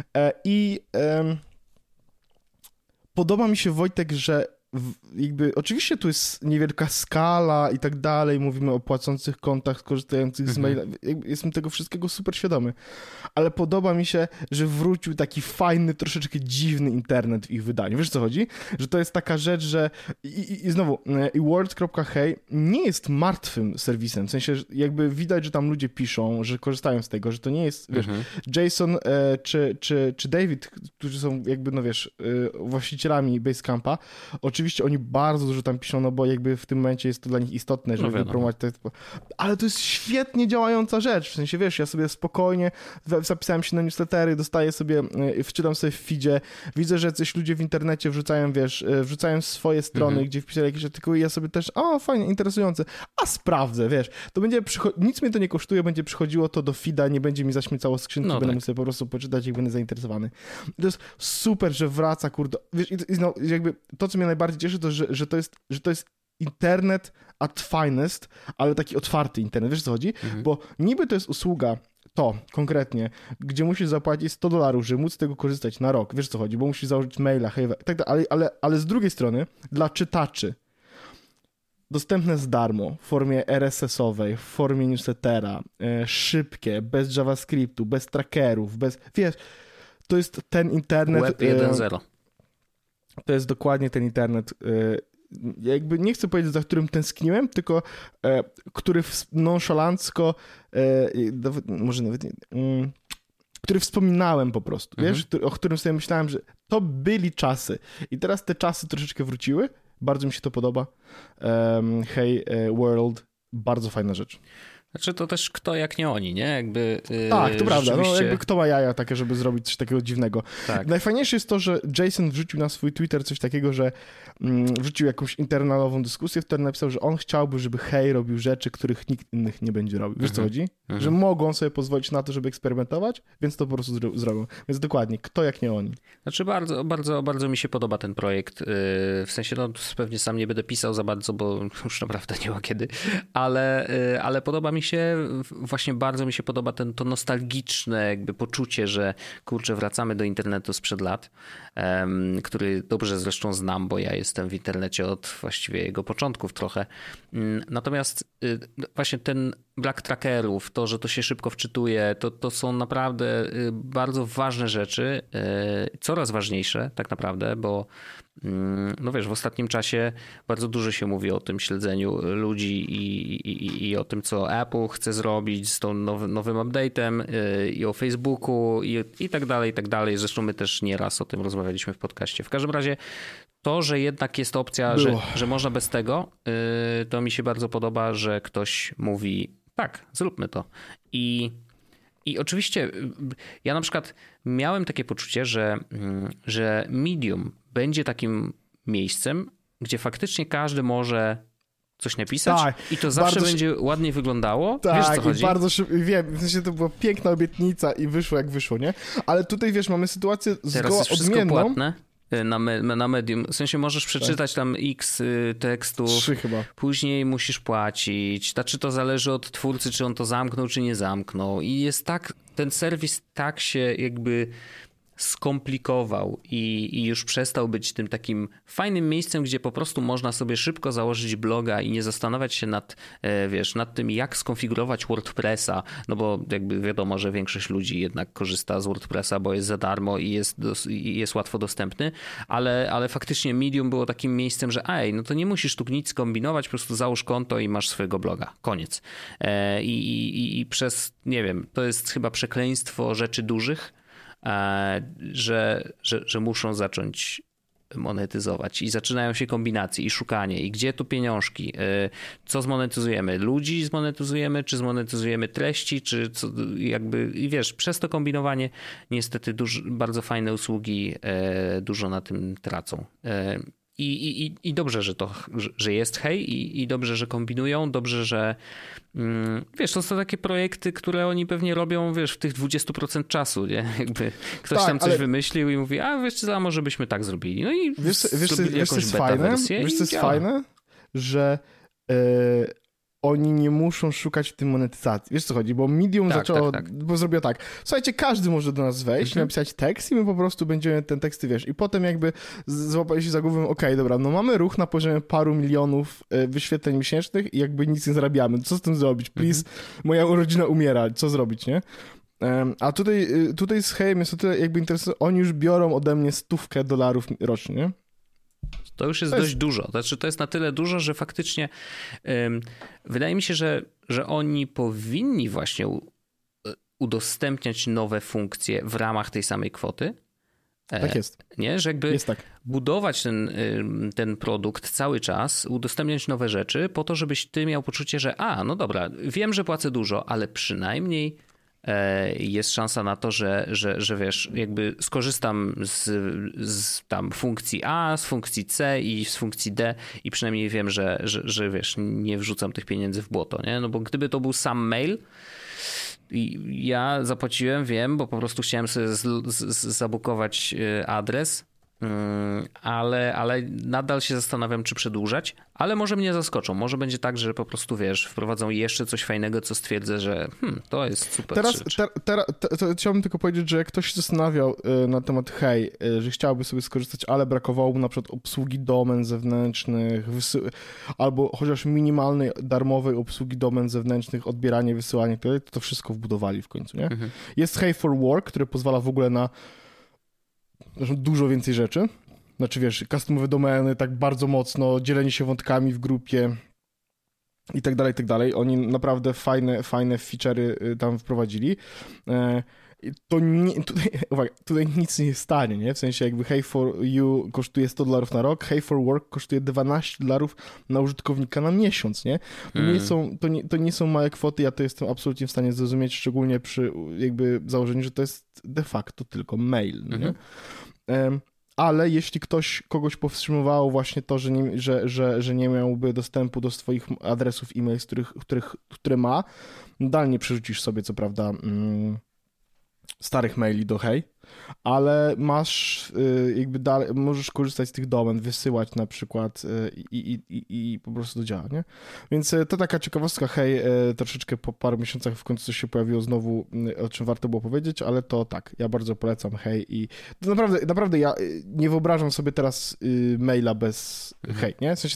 podoba mi się, Wojtek, że jakby oczywiście tu jest niewielka skala i tak dalej, mówimy o płacących kontach korzystających z maila, jestem tego wszystkiego super świadomy, ale podoba mi się, że wrócił taki fajny, troszeczkę dziwny internet w ich wydaniu. Wiesz, co chodzi? Że to jest taka rzecz, że i znowu world.hey nie jest martwym serwisem, w sensie jakby widać, że tam ludzie piszą, że korzystają z tego, że to nie jest, wiesz, Jason czy David, którzy są jakby, no wiesz, właścicielami Basecampa, oczywiście oni bardzo dużo tam piszą, no bo jakby w tym momencie jest to dla nich istotne, żeby wypromować te... Ale to jest świetnie działająca rzecz, w sensie, wiesz, ja sobie spokojnie zapisałem się na newslettery, dostaję sobie, wczytam sobie w feedzie, widzę, że coś ludzie w internecie wrzucają, wiesz, wrzucają swoje strony, gdzie wpisali jakieś artykuły i ja sobie też, fajnie, interesujące, sprawdzę, wiesz, to będzie, nic mnie to nie kosztuje, będzie przychodziło to do feeda, nie będzie mi zaśmiecało skrzynki, będę mógł sobie po prostu poczytać, jak będę zainteresowany. I to jest super, że wraca, kurde, wiesz, i jakby to, co mnie najbardziej cieszy, to, że to jest internet at finest, ale taki otwarty internet, wiesz, co chodzi? Bo niby to jest usługa, to konkretnie, gdzie musisz zapłacić $100, żeby móc z tego korzystać na rok, wiesz, co chodzi? Bo musisz założyć maila, hej, tak dalej, ale z drugiej strony, dla czytaczy, dostępne za darmo, w formie RSS-owej, w formie newslettera, szybkie, bez JavaScriptu, bez trackerów, wiesz, to jest ten internet... Web 1.0. To jest dokładnie ten internet, jakby nie chcę powiedzieć, za którym tęskniłem, tylko który nonszalancko, może nawet nie, który wspominałem po prostu, wiesz, o którym sobie myślałem, że to byli czasy i teraz te czasy troszeczkę wróciły, bardzo mi się to podoba. Hey World, bardzo fajna rzecz. Znaczy to też kto jak nie oni, nie? Jakby, tak, to prawda. rzeczywiście... No, jakby kto ma jaja takie, żeby zrobić coś takiego dziwnego. Tak. Najfajniejsze jest to, że Jason wrzucił na swój Twitter coś takiego, że wrzucił jakąś internalową dyskusję, w której napisał, że on chciałby, żeby Hej robił rzeczy, których nikt innych nie będzie robił. Wiesz co chodzi? Że mogą sobie pozwolić na to, żeby eksperymentować, więc to po prostu zrobią. Więc dokładnie, kto jak nie oni. Znaczy bardzo mi się podoba ten projekt. W sensie, no pewnie sam nie będę pisał za bardzo, bo już naprawdę nie ma kiedy, ale podoba mi się, właśnie bardzo mi się podoba to nostalgiczne jakby poczucie, że kurczę, wracamy do internetu sprzed lat, który dobrze zresztą znam, bo ja jestem w internecie od właściwie jego początków trochę. Natomiast właśnie ten brak trackerów, to, że to się szybko wczytuje, to są naprawdę bardzo ważne rzeczy, coraz ważniejsze tak naprawdę, bo no wiesz, w ostatnim czasie bardzo dużo się mówi o tym śledzeniu ludzi i o tym, co Apple chce zrobić z tą nowym update'em i o Facebooku i tak dalej, i tak dalej. Zresztą my też nieraz o tym rozmawialiśmy w podcaście. W każdym razie to, że jednak jest opcja, że można bez tego, to mi się bardzo podoba, że ktoś mówi tak, zróbmy to. I oczywiście ja na przykład miałem takie poczucie, że Medium będzie takim miejscem, gdzie faktycznie każdy może coś napisać i to zawsze będzie ładnie wyglądało. Tak, wiesz, co chodzi? I bardzo szybko, wiem, w sensie to była piękna obietnica i wyszło jak wyszło, nie? Ale tutaj, wiesz, mamy sytuację Teraz jest wszystko odmienną. Płatne. Na Medium. W sensie możesz przeczytać tam x tekstów. 3 chyba. Później musisz płacić. Czy to zależy od twórcy, czy on to zamknął, czy nie zamknął. I jest tak, ten serwis tak się jakby skomplikował i już przestał być tym takim fajnym miejscem, gdzie po prostu można sobie szybko założyć bloga i nie zastanawiać się nad tym, jak skonfigurować WordPressa, no bo jakby wiadomo, że większość ludzi jednak korzysta z WordPressa, bo jest za darmo i jest łatwo dostępny, ale faktycznie Medium było takim miejscem, że no to nie musisz tu nic kombinować, po prostu załóż konto i masz swojego bloga. Koniec. I przez, nie wiem, to jest chyba przekleństwo rzeczy dużych, że muszą zacząć monetyzować i zaczynają się kombinacje i szukanie i gdzie tu pieniążki, co zmonetyzujemy, ludzi zmonetyzujemy, czy zmonetyzujemy treści, czy co, jakby i wiesz, przez to kombinowanie niestety bardzo fajne usługi dużo na tym tracą. I dobrze, że jest Hej i dobrze, że kombinują, dobrze, że wiesz, to są takie projekty, które oni pewnie robią, wiesz, w tych 20% czasu, nie? Jakby ktoś tam coś wymyślił i mówi, wiesz co, może byśmy tak zrobili. No i zrobili jakąś beta wersję. Wiesz, co jest fajne? Że oni nie muszą szukać w tym monetyzacji. Wiesz co chodzi? Bo Medium zaczęło, bo zrobiło tak. Słuchajcie, każdy może do nas wejść, napisać tekst i my po prostu będziemy ten teksty, wiesz. I potem jakby złapali się za głowę, okej, dobra, no mamy ruch na poziomie paru milionów wyświetleń miesięcznych i jakby nic nie zarabiamy. Co z tym zrobić? Please, moja rodzina umiera. Co zrobić, nie? A tutaj z Hejem jest o tyle jakby interesujące, oni już biorą ode mnie $100 rocznie. To już jest dość dużo. Znaczy, to jest na tyle dużo, że faktycznie wydaje mi się, że oni powinni właśnie udostępniać nowe funkcje w ramach tej samej kwoty. Tak jest. Nie? Że jakby jest tak. budować ten produkt cały czas, udostępniać nowe rzeczy po to, żebyś ty miał poczucie, że no dobra, wiem, że płacę dużo, ale przynajmniej jest szansa na to, że wiesz, jakby skorzystam z tam funkcji A, z funkcji C i z funkcji D i przynajmniej wiem, że wiesz, nie wrzucam tych pieniędzy w błoto, nie? No bo gdyby to był sam mail, ja zapłaciłem, wiem, bo po prostu chciałem sobie zabukować adres, ale nadal się zastanawiam, czy przedłużać, ale może mnie zaskoczą. Może będzie tak, że po prostu, wiesz, wprowadzą jeszcze coś fajnego, co stwierdzę, że to jest super. Teraz chciałbym tylko powiedzieć, że jak ktoś się zastanawiał na temat Hej, że chciałby sobie skorzystać, ale brakowało mu na przykład obsługi domen zewnętrznych, albo chociaż minimalnej, darmowej obsługi domen zewnętrznych, odbieranie, wysyłanie, to wszystko wbudowali w końcu, nie? Jest Hej for Work, który pozwala w ogóle na dużo więcej rzeczy. Znaczy, wiesz, customowe domeny tak bardzo mocno, dzielenie się wątkami w grupie i tak dalej, i tak dalej. Oni naprawdę fajne feature'y tam wprowadzili. Tutaj nic nie stanie, nie? W sensie jakby Hey for You kosztuje $100 na rok, Hey for Work kosztuje $12 na użytkownika na miesiąc, nie? To nie są małe kwoty, ja to jestem absolutnie w stanie zrozumieć, szczególnie przy jakby założeniu, że to jest de facto tylko mail, nie? Ale jeśli kogoś powstrzymywało właśnie to, że nie miałby dostępu do swoich adresów e-mail, które ma, nadal nie przerzucisz sobie, co prawda, starych maili do Hey, ale masz jakby dalej, możesz korzystać z tych domen, wysyłać na przykład i po prostu to działa, nie? Więc to taka ciekawostka, Hey, troszeczkę po paru miesiącach w końcu coś się pojawiło znowu, o czym warto było powiedzieć, ale to tak, ja bardzo polecam Hey i to naprawdę ja nie wyobrażam sobie teraz maila bez Hey, nie? W sensie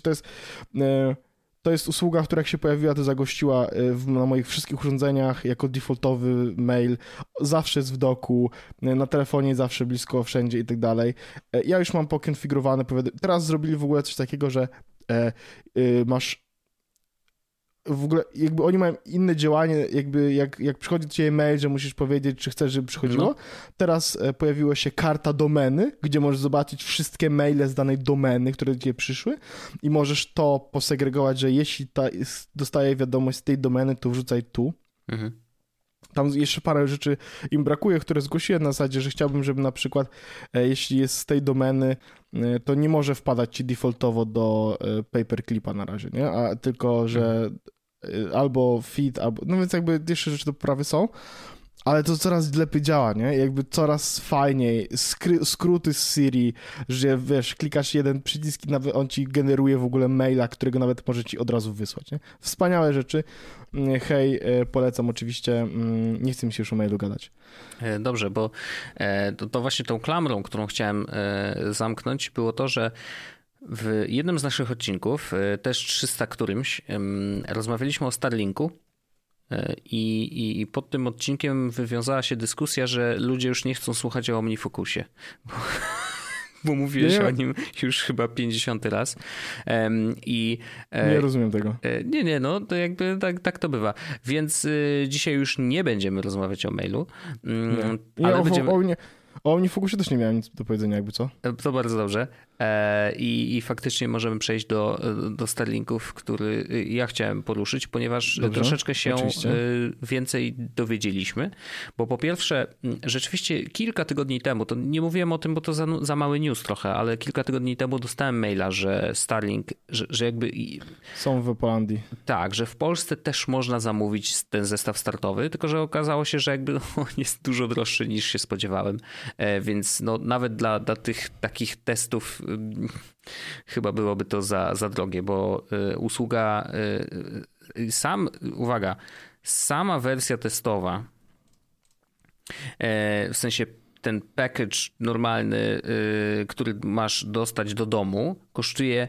to jest usługa, która jak się pojawiła, to zagościła na moich wszystkich urządzeniach jako defaultowy mail. Zawsze jest w doku, na telefonie zawsze blisko, wszędzie i tak dalej. Ja już mam pokonfigurowane. Teraz zrobili w ogóle coś takiego, że masz w ogóle jakby oni mają inne działanie, jakby jak przychodzi do ciebie mail, że musisz powiedzieć, czy chcesz, żeby przychodziło. No. Teraz pojawiła się karta domeny, gdzie możesz zobaczyć wszystkie maile z danej domeny, które do ciebie przyszły i możesz to posegregować, że jeśli dostaje wiadomość z tej domeny, to wrzucaj tu. Tam jeszcze parę rzeczy im brakuje, które zgłosiłem na zasadzie, że chciałbym, żeby na przykład jeśli jest z tej domeny, to nie może wpadać ci defaultowo do paperclipa na razie, nie? A tylko, że albo feed, albo... No więc jakby jeszcze rzeczy do poprawy są, ale to coraz lepiej działa, nie? Jakby coraz fajniej. Skróty z Siri, że wiesz, klikasz jeden przycisk i nawet on ci generuje w ogóle maila, którego nawet może ci od razu wysłać, nie? Wspaniałe rzeczy. Hej, polecam oczywiście. Nie chcę mi się już o mailu gadać. Dobrze, bo to właśnie tą klamrą, którą chciałem zamknąć, było to, że w jednym z naszych odcinków, też 300 którymś, rozmawialiśmy o Starlinku. I pod tym odcinkiem wywiązała się dyskusja, że ludzie już nie chcą słuchać o OmniFocusie, bo mówiłeś o nim już chyba 50 raz. Nie rozumiem tego. Nie, no to jakby tak to bywa. Więc dzisiaj już nie będziemy rozmawiać o mailu. O OmniFocusie też nie miałem nic do powiedzenia, jakby co? To bardzo dobrze. I faktycznie możemy przejść do Starlinków, który ja chciałem poruszyć, ponieważ troszeczkę się więcej dowiedzieliśmy. Bo po pierwsze, rzeczywiście kilka tygodni temu, to nie mówiłem o tym, bo to za mały news trochę, ale kilka tygodni temu dostałem maila, że Starlink, że jakby... Są w Polandii. Tak, że w Polsce też można zamówić ten zestaw startowy, tylko że okazało się, że jakby on jest dużo droższy niż się spodziewałem. Więc no, nawet dla tych takich testów chyba byłoby to za drogie, bo usługa sama wersja testowa, w sensie ten package normalny, który masz dostać do domu, kosztuje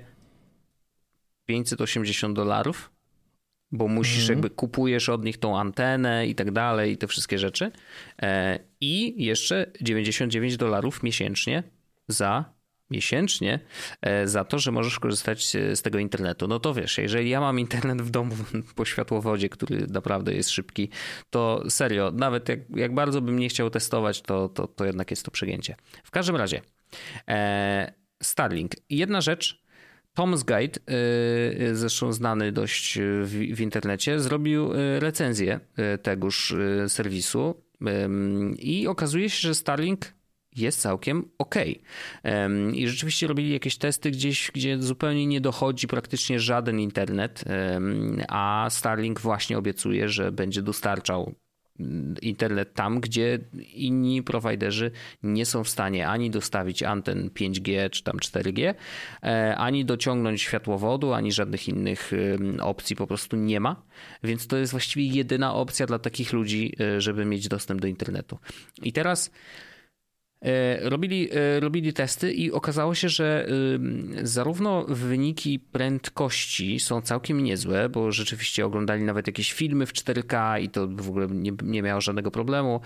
$580, bo musisz jakby kupujesz od nich tą antenę i tak dalej i te wszystkie rzeczy i jeszcze $99 miesięcznie za to, że możesz korzystać z tego internetu. No to wiesz, jeżeli ja mam internet w domu po światłowodzie, który naprawdę jest szybki, to serio, nawet jak bardzo bym nie chciał testować, to jednak jest to przegięcie. W każdym razie Starlink. Jedna rzecz, Tom's Guide, zresztą znany dość w internecie, zrobił recenzję tegoż serwisu i okazuje się, że Starlink jest całkiem okej. I rzeczywiście robili jakieś testy gdzieś, gdzie zupełnie nie dochodzi praktycznie żaden internet, a Starlink właśnie obiecuje, że będzie dostarczał internet tam, gdzie inni prowajderzy nie są w stanie ani dostawić anten 5G czy tam 4G, ani dociągnąć światłowodu, ani żadnych innych opcji po prostu nie ma. Więc to jest właściwie jedyna opcja dla takich ludzi, żeby mieć dostęp do internetu. I teraz robili testy i okazało się, że zarówno wyniki prędkości są całkiem niezłe, bo rzeczywiście oglądali nawet jakieś filmy w 4K i to w ogóle nie miało żadnego problemu.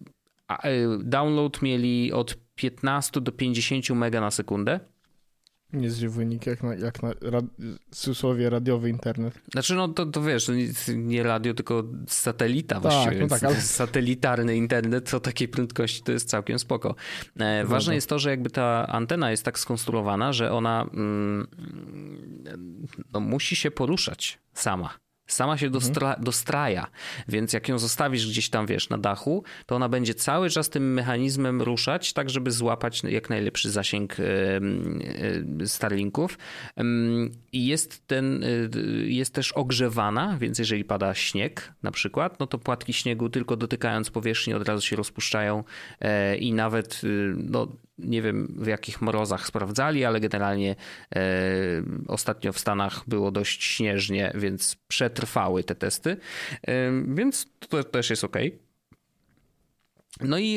Download mieli od 15 do 50 mega na sekundę. Niezły wynik, jak na w cudzysłowie radiowy internet. Znaczy, no to wiesz, nie radio, tylko satelita właściwie, no tak, ale... satelitarny internet o takiej prędkości to jest całkiem spoko. Ważne jest to, że jakby ta antena jest tak skonstruowana, że ona musi się poruszać sama. Sama się dostraja, więc jak ją zostawisz gdzieś tam, wiesz, na dachu, to ona będzie cały czas tym mechanizmem ruszać, tak żeby złapać jak najlepszy zasięg Starlinków. I jest też ogrzewana, więc jeżeli pada śnieg na przykład, no to płatki śniegu tylko dotykając powierzchni od razu się rozpuszczają i nawet, no nie wiem w jakich mrozach sprawdzali, ale generalnie ostatnio w Stanach było dość śnieżnie, więc przetrwały te testy, więc to też jest okej. No i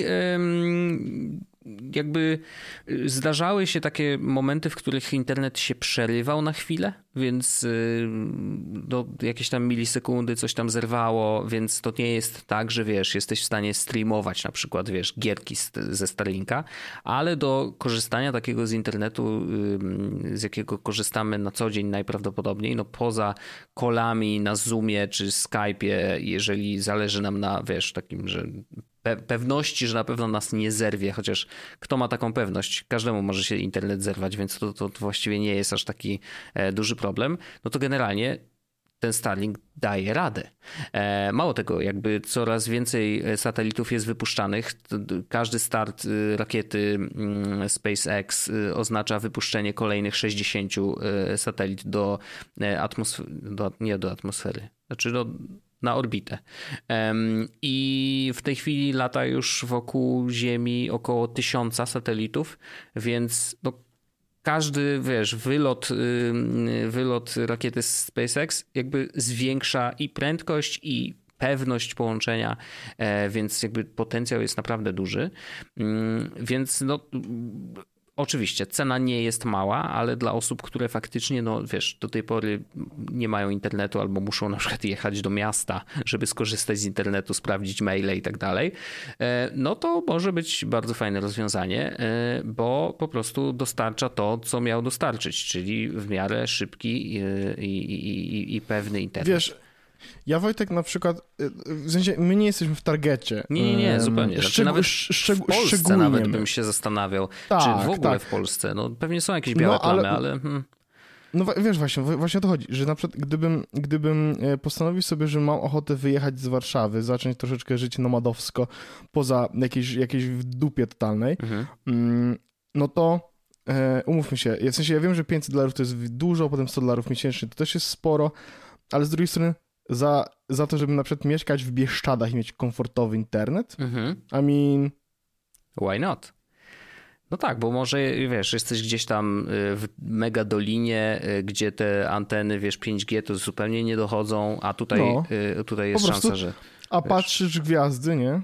jakby zdarzały się takie momenty, w których internet się przerywał na chwilę, więc jakieś tam milisekundy coś tam zerwało, więc to nie jest tak, że wiesz, jesteś w stanie streamować na przykład, wiesz, gierki ze Starlinka, ale do korzystania takiego z internetu, z jakiego korzystamy na co dzień najprawdopodobniej, no poza callami na Zoomie czy Skype'ie, jeżeli zależy nam na, wiesz, takim, że pewności, że na pewno nas nie zerwie, chociaż kto ma taką pewność? Każdemu może się internet zerwać, więc to właściwie nie jest aż taki duży problem. No to generalnie ten Starlink daje radę. Mało tego, jakby coraz więcej satelitów jest wypuszczanych. Każdy start rakiety SpaceX oznacza wypuszczenie kolejnych 60 satelit do atmosfery, nie do atmosfery, znaczy na orbitę. I w tej chwili lata już wokół Ziemi około 1000 satelitów, więc no, każdy, wiesz, wylot rakiety z SpaceX jakby zwiększa i prędkość, i pewność połączenia, więc jakby potencjał jest naprawdę duży. Więc no... Oczywiście, cena nie jest mała, ale dla osób, które faktycznie, no wiesz, do tej pory nie mają internetu albo muszą na przykład jechać do miasta, żeby skorzystać z internetu, sprawdzić maile i tak dalej, no to może być bardzo fajne rozwiązanie, bo po prostu dostarcza to, co miał dostarczyć, czyli w miarę szybki i pewny internet. Wiesz, ja, Wojtek, na przykład, w sensie my nie jesteśmy w targecie. Nie, zupełnie. Znaczy, nawet w Polsce nawet bym się zastanawiał, czy w ogóle w Polsce. No pewnie są jakieś białe plamy, ale... No wiesz, właśnie o to chodzi, że na przykład gdybym postanowił sobie, że mam ochotę wyjechać z Warszawy, zacząć troszeczkę życie nomadowsko poza jakiejś w dupie totalnej, no to umówmy się, w sensie ja wiem, że $500 to jest dużo, potem $100 miesięcznie to też jest sporo, ale z drugiej strony za to, żeby na przykład mieszkać w Bieszczadach i mieć komfortowy internet, I mean... Why not? No tak, bo może, wiesz, jesteś gdzieś tam w mega dolinie, gdzie te anteny, wiesz, 5G to zupełnie nie dochodzą, a tutaj jest szansa, że... A patrzysz gwiazdy, nie?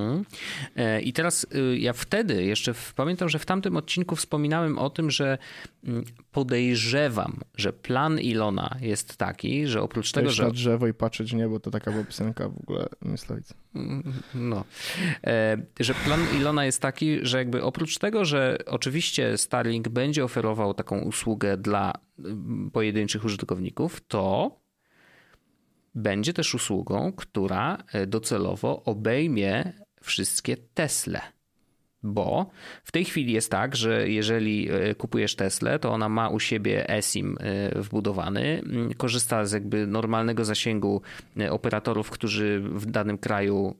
I teraz ja wtedy jeszcze pamiętam, że w tamtym odcinku wspominałem o tym, że podejrzewam, że plan Ilona jest taki, że oprócz tego, że... na drzewo i patrzeć w niebo, to taka była piosenka w ogóle Myslowic. No. Że plan Ilona jest taki, że jakby oprócz tego, że oczywiście Starlink będzie oferował taką usługę dla pojedynczych użytkowników, to będzie też usługą, która docelowo obejmie wszystkie Tesle. Bo w tej chwili jest tak, że jeżeli kupujesz Teslę, to ona ma u siebie eSIM wbudowany, korzysta z jakby normalnego zasięgu operatorów, którzy w danym kraju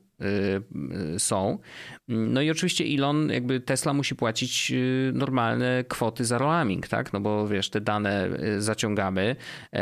są. No i oczywiście Elon, jakby Tesla musi płacić normalne kwoty za roaming, tak? No bo wiesz, te dane zaciągamy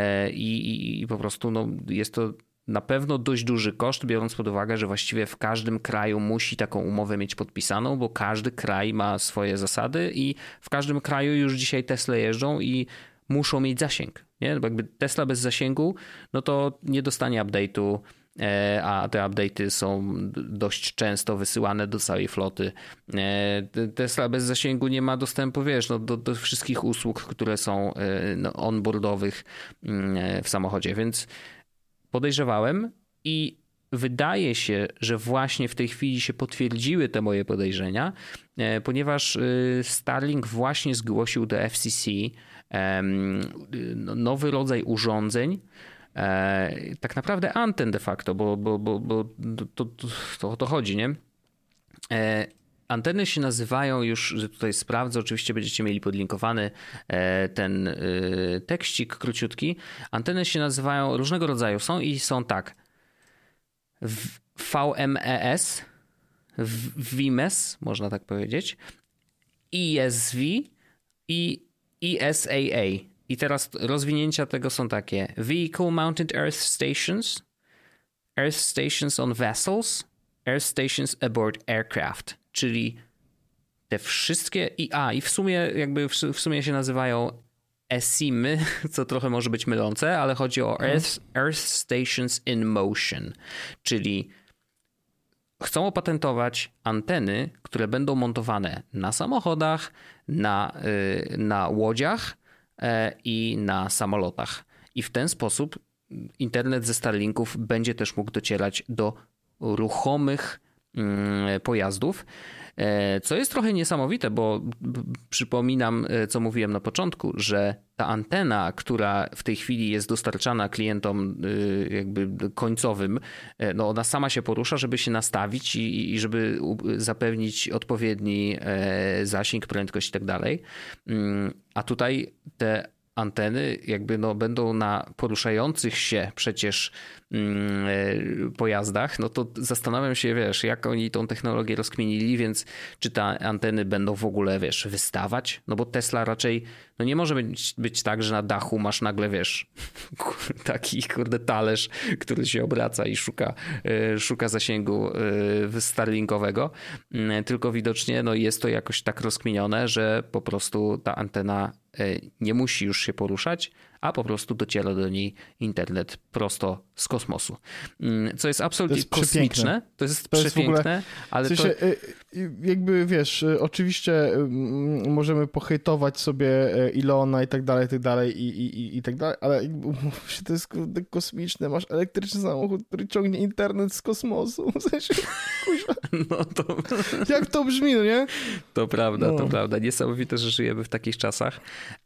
i po prostu no, jest to na pewno dość duży koszt, biorąc pod uwagę, że właściwie w każdym kraju musi taką umowę mieć podpisaną, bo każdy kraj ma swoje zasady i w każdym kraju już dzisiaj Tesla jeżdżą i muszą mieć zasięg. Nie? Bo jakby Tesla bez zasięgu, no to nie dostanie update'u, a te update'y są dość często wysyłane do całej floty. Tesla bez zasięgu nie ma dostępu, wiesz, no, do wszystkich usług, które są onboardowych w samochodzie, więc podejrzewałem i wydaje się, że właśnie w tej chwili się potwierdziły te moje podejrzenia, ponieważ Starlink właśnie zgłosił do FCC nowy rodzaj urządzeń, tak naprawdę anten de facto, bo to o to chodzi, nie? Anteny się nazywają już, że tutaj sprawdzę, oczywiście będziecie mieli podlinkowany ten tekścik króciutki. Anteny się nazywają, różnego rodzaju są tak. VMES, VMES, można tak powiedzieć, ESV i ESAA. I teraz rozwinięcia tego są takie: Vehicle Mounted Earth Stations on Vessels, Earth Stations Aboard Aircraft, czyli te wszystkie i w sumie jakby w sumie się nazywają ESIM-y, co trochę może być mylące, ale chodzi o Earth Stations in Motion, czyli chcą opatentować anteny, które będą montowane na samochodach, na łodziach i na samolotach. I w ten sposób internet ze Starlinków będzie też mógł docierać do ruchomych pojazdów, co jest trochę niesamowite, bo przypominam, co mówiłem na początku, że ta antena, która w tej chwili jest dostarczana klientom jakby końcowym, no ona sama się porusza, żeby się nastawić i żeby zapewnić odpowiedni zasięg, prędkość i tak dalej. A tutaj te anteny jakby no będą na poruszających się przecież pojazdach, no to zastanawiam się, wiesz, jak oni tą technologię rozkminili, więc czy te anteny będą w ogóle, wiesz, wystawać? No bo Tesla raczej, no nie może być tak, że na dachu masz nagle, wiesz, taki kurde talerz, który się obraca i szuka zasięgu starlinkowego, tylko widocznie no jest to jakoś tak rozkminione, że po prostu ta antena nie musi już się poruszać, a po prostu dociera do niej internet prosto z kosmosu. Co jest absolutnie kosmiczne. To jest przepiękne, ogóle, ale w sensie, jakby wiesz, oczywiście możemy pohejtować sobie Ilona i tak dalej, i tak dalej, ale to jest kosmiczne. Masz elektryczny samochód, który ciągnie internet z kosmosu. W sensie, kuźwa. No to... Jak to brzmi, no nie? To prawda. Niesamowite, że żyjemy w takich czasach.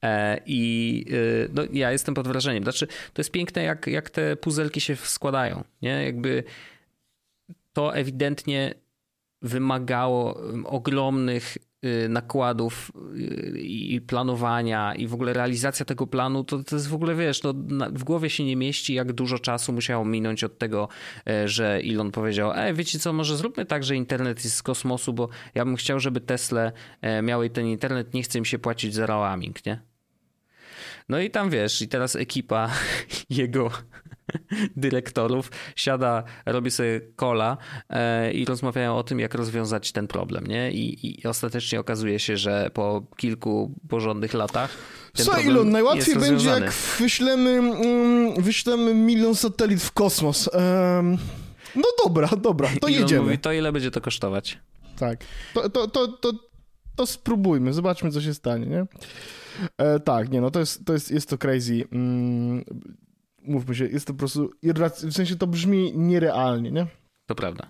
No, ja jestem pod wrażeniem. Znaczy, to jest piękne, jak te puzelki się składają. Nie? Jakby to ewidentnie wymagało ogromnych nakładów i planowania i w ogóle realizacja tego planu, to jest w ogóle, wiesz, no, w głowie się nie mieści, jak dużo czasu musiało minąć od tego, że Elon powiedział, wiecie co, może zróbmy tak, że internet jest z kosmosu, bo ja bym chciał, żeby Tesla miały ten internet, nie chce im się płacić za roaming, nie? No i tam wiesz, i teraz ekipa jego dyrektorów siada, robi sobie kola i rozmawiają o tym, jak rozwiązać ten problem, nie? I ostatecznie okazuje się, że po kilku porządnych latach ten problem Elon, najłatwiej jest będzie, rozwiązany. jak wyślemy 1 milion satelit w kosmos. No dobra, to Elon jedziemy. Mówi, to ile będzie to kosztować? Tak, to spróbujmy, zobaczmy, co się stanie, nie? Tak, nie, no jest to crazy. Mówmy się, jest to po prostu w sensie to brzmi nierealnie, nie? To prawda.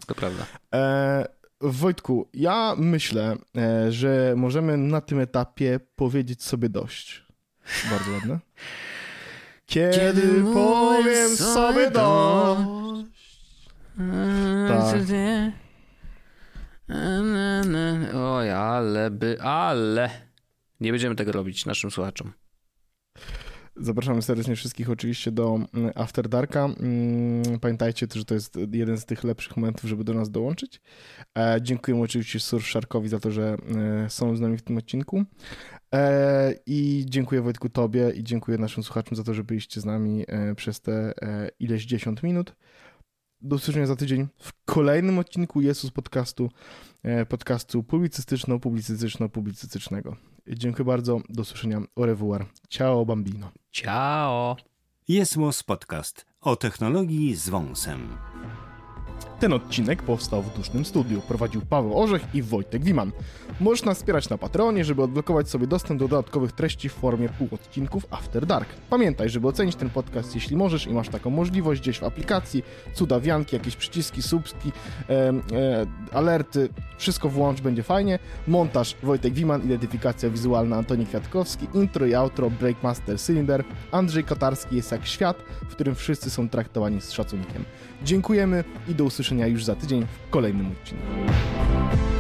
Wojtku, ja myślę, że możemy na tym etapie powiedzieć sobie dość. Bardzo ładne. Kiedy powiem sobie dość. Tak. Oj, ale nie będziemy tego robić naszym słuchaczom. Zapraszamy serdecznie wszystkich oczywiście do After Darka. Pamiętajcie, że to jest jeden z tych lepszych momentów, żeby do nas dołączyć. Dziękujemy oczywiście Surfsharkowi za to, że są z nami w tym odcinku. I dziękuję Wojtku tobie i dziękuję naszym słuchaczom za to, że byliście z nami przez te ileś 10 minut. Do usłyszenia za tydzień w kolejnym odcinku Jesus podcastu publicystyczno-publicystycznego. Dziękuję bardzo. Do usłyszenia. Au revoir. Ciao, bambino. Ciao. Jesus Podcast o technologii z wąsem. Ten odcinek powstał w dusznym studiu. Prowadził Paweł Orzech i Wojtek Wiman. Możesz nas wspierać na Patreonie, żeby odblokować sobie dostęp do dodatkowych treści w formie półodcinków After Dark. Pamiętaj, żeby ocenić ten podcast, jeśli możesz i masz taką możliwość gdzieś w aplikacji, cudawianki, jakieś przyciski, subski, alerty, wszystko włącz, będzie fajnie. Montaż Wojtek Wiman, identyfikacja wizualna Antoni Kwiatkowski, intro i outro Breakmaster Cylinder, Andrzej Kotarski jest jak świat, w którym wszyscy są traktowani z szacunkiem. Dziękujemy i do usłyszenia już za tydzień w kolejnym odcinku.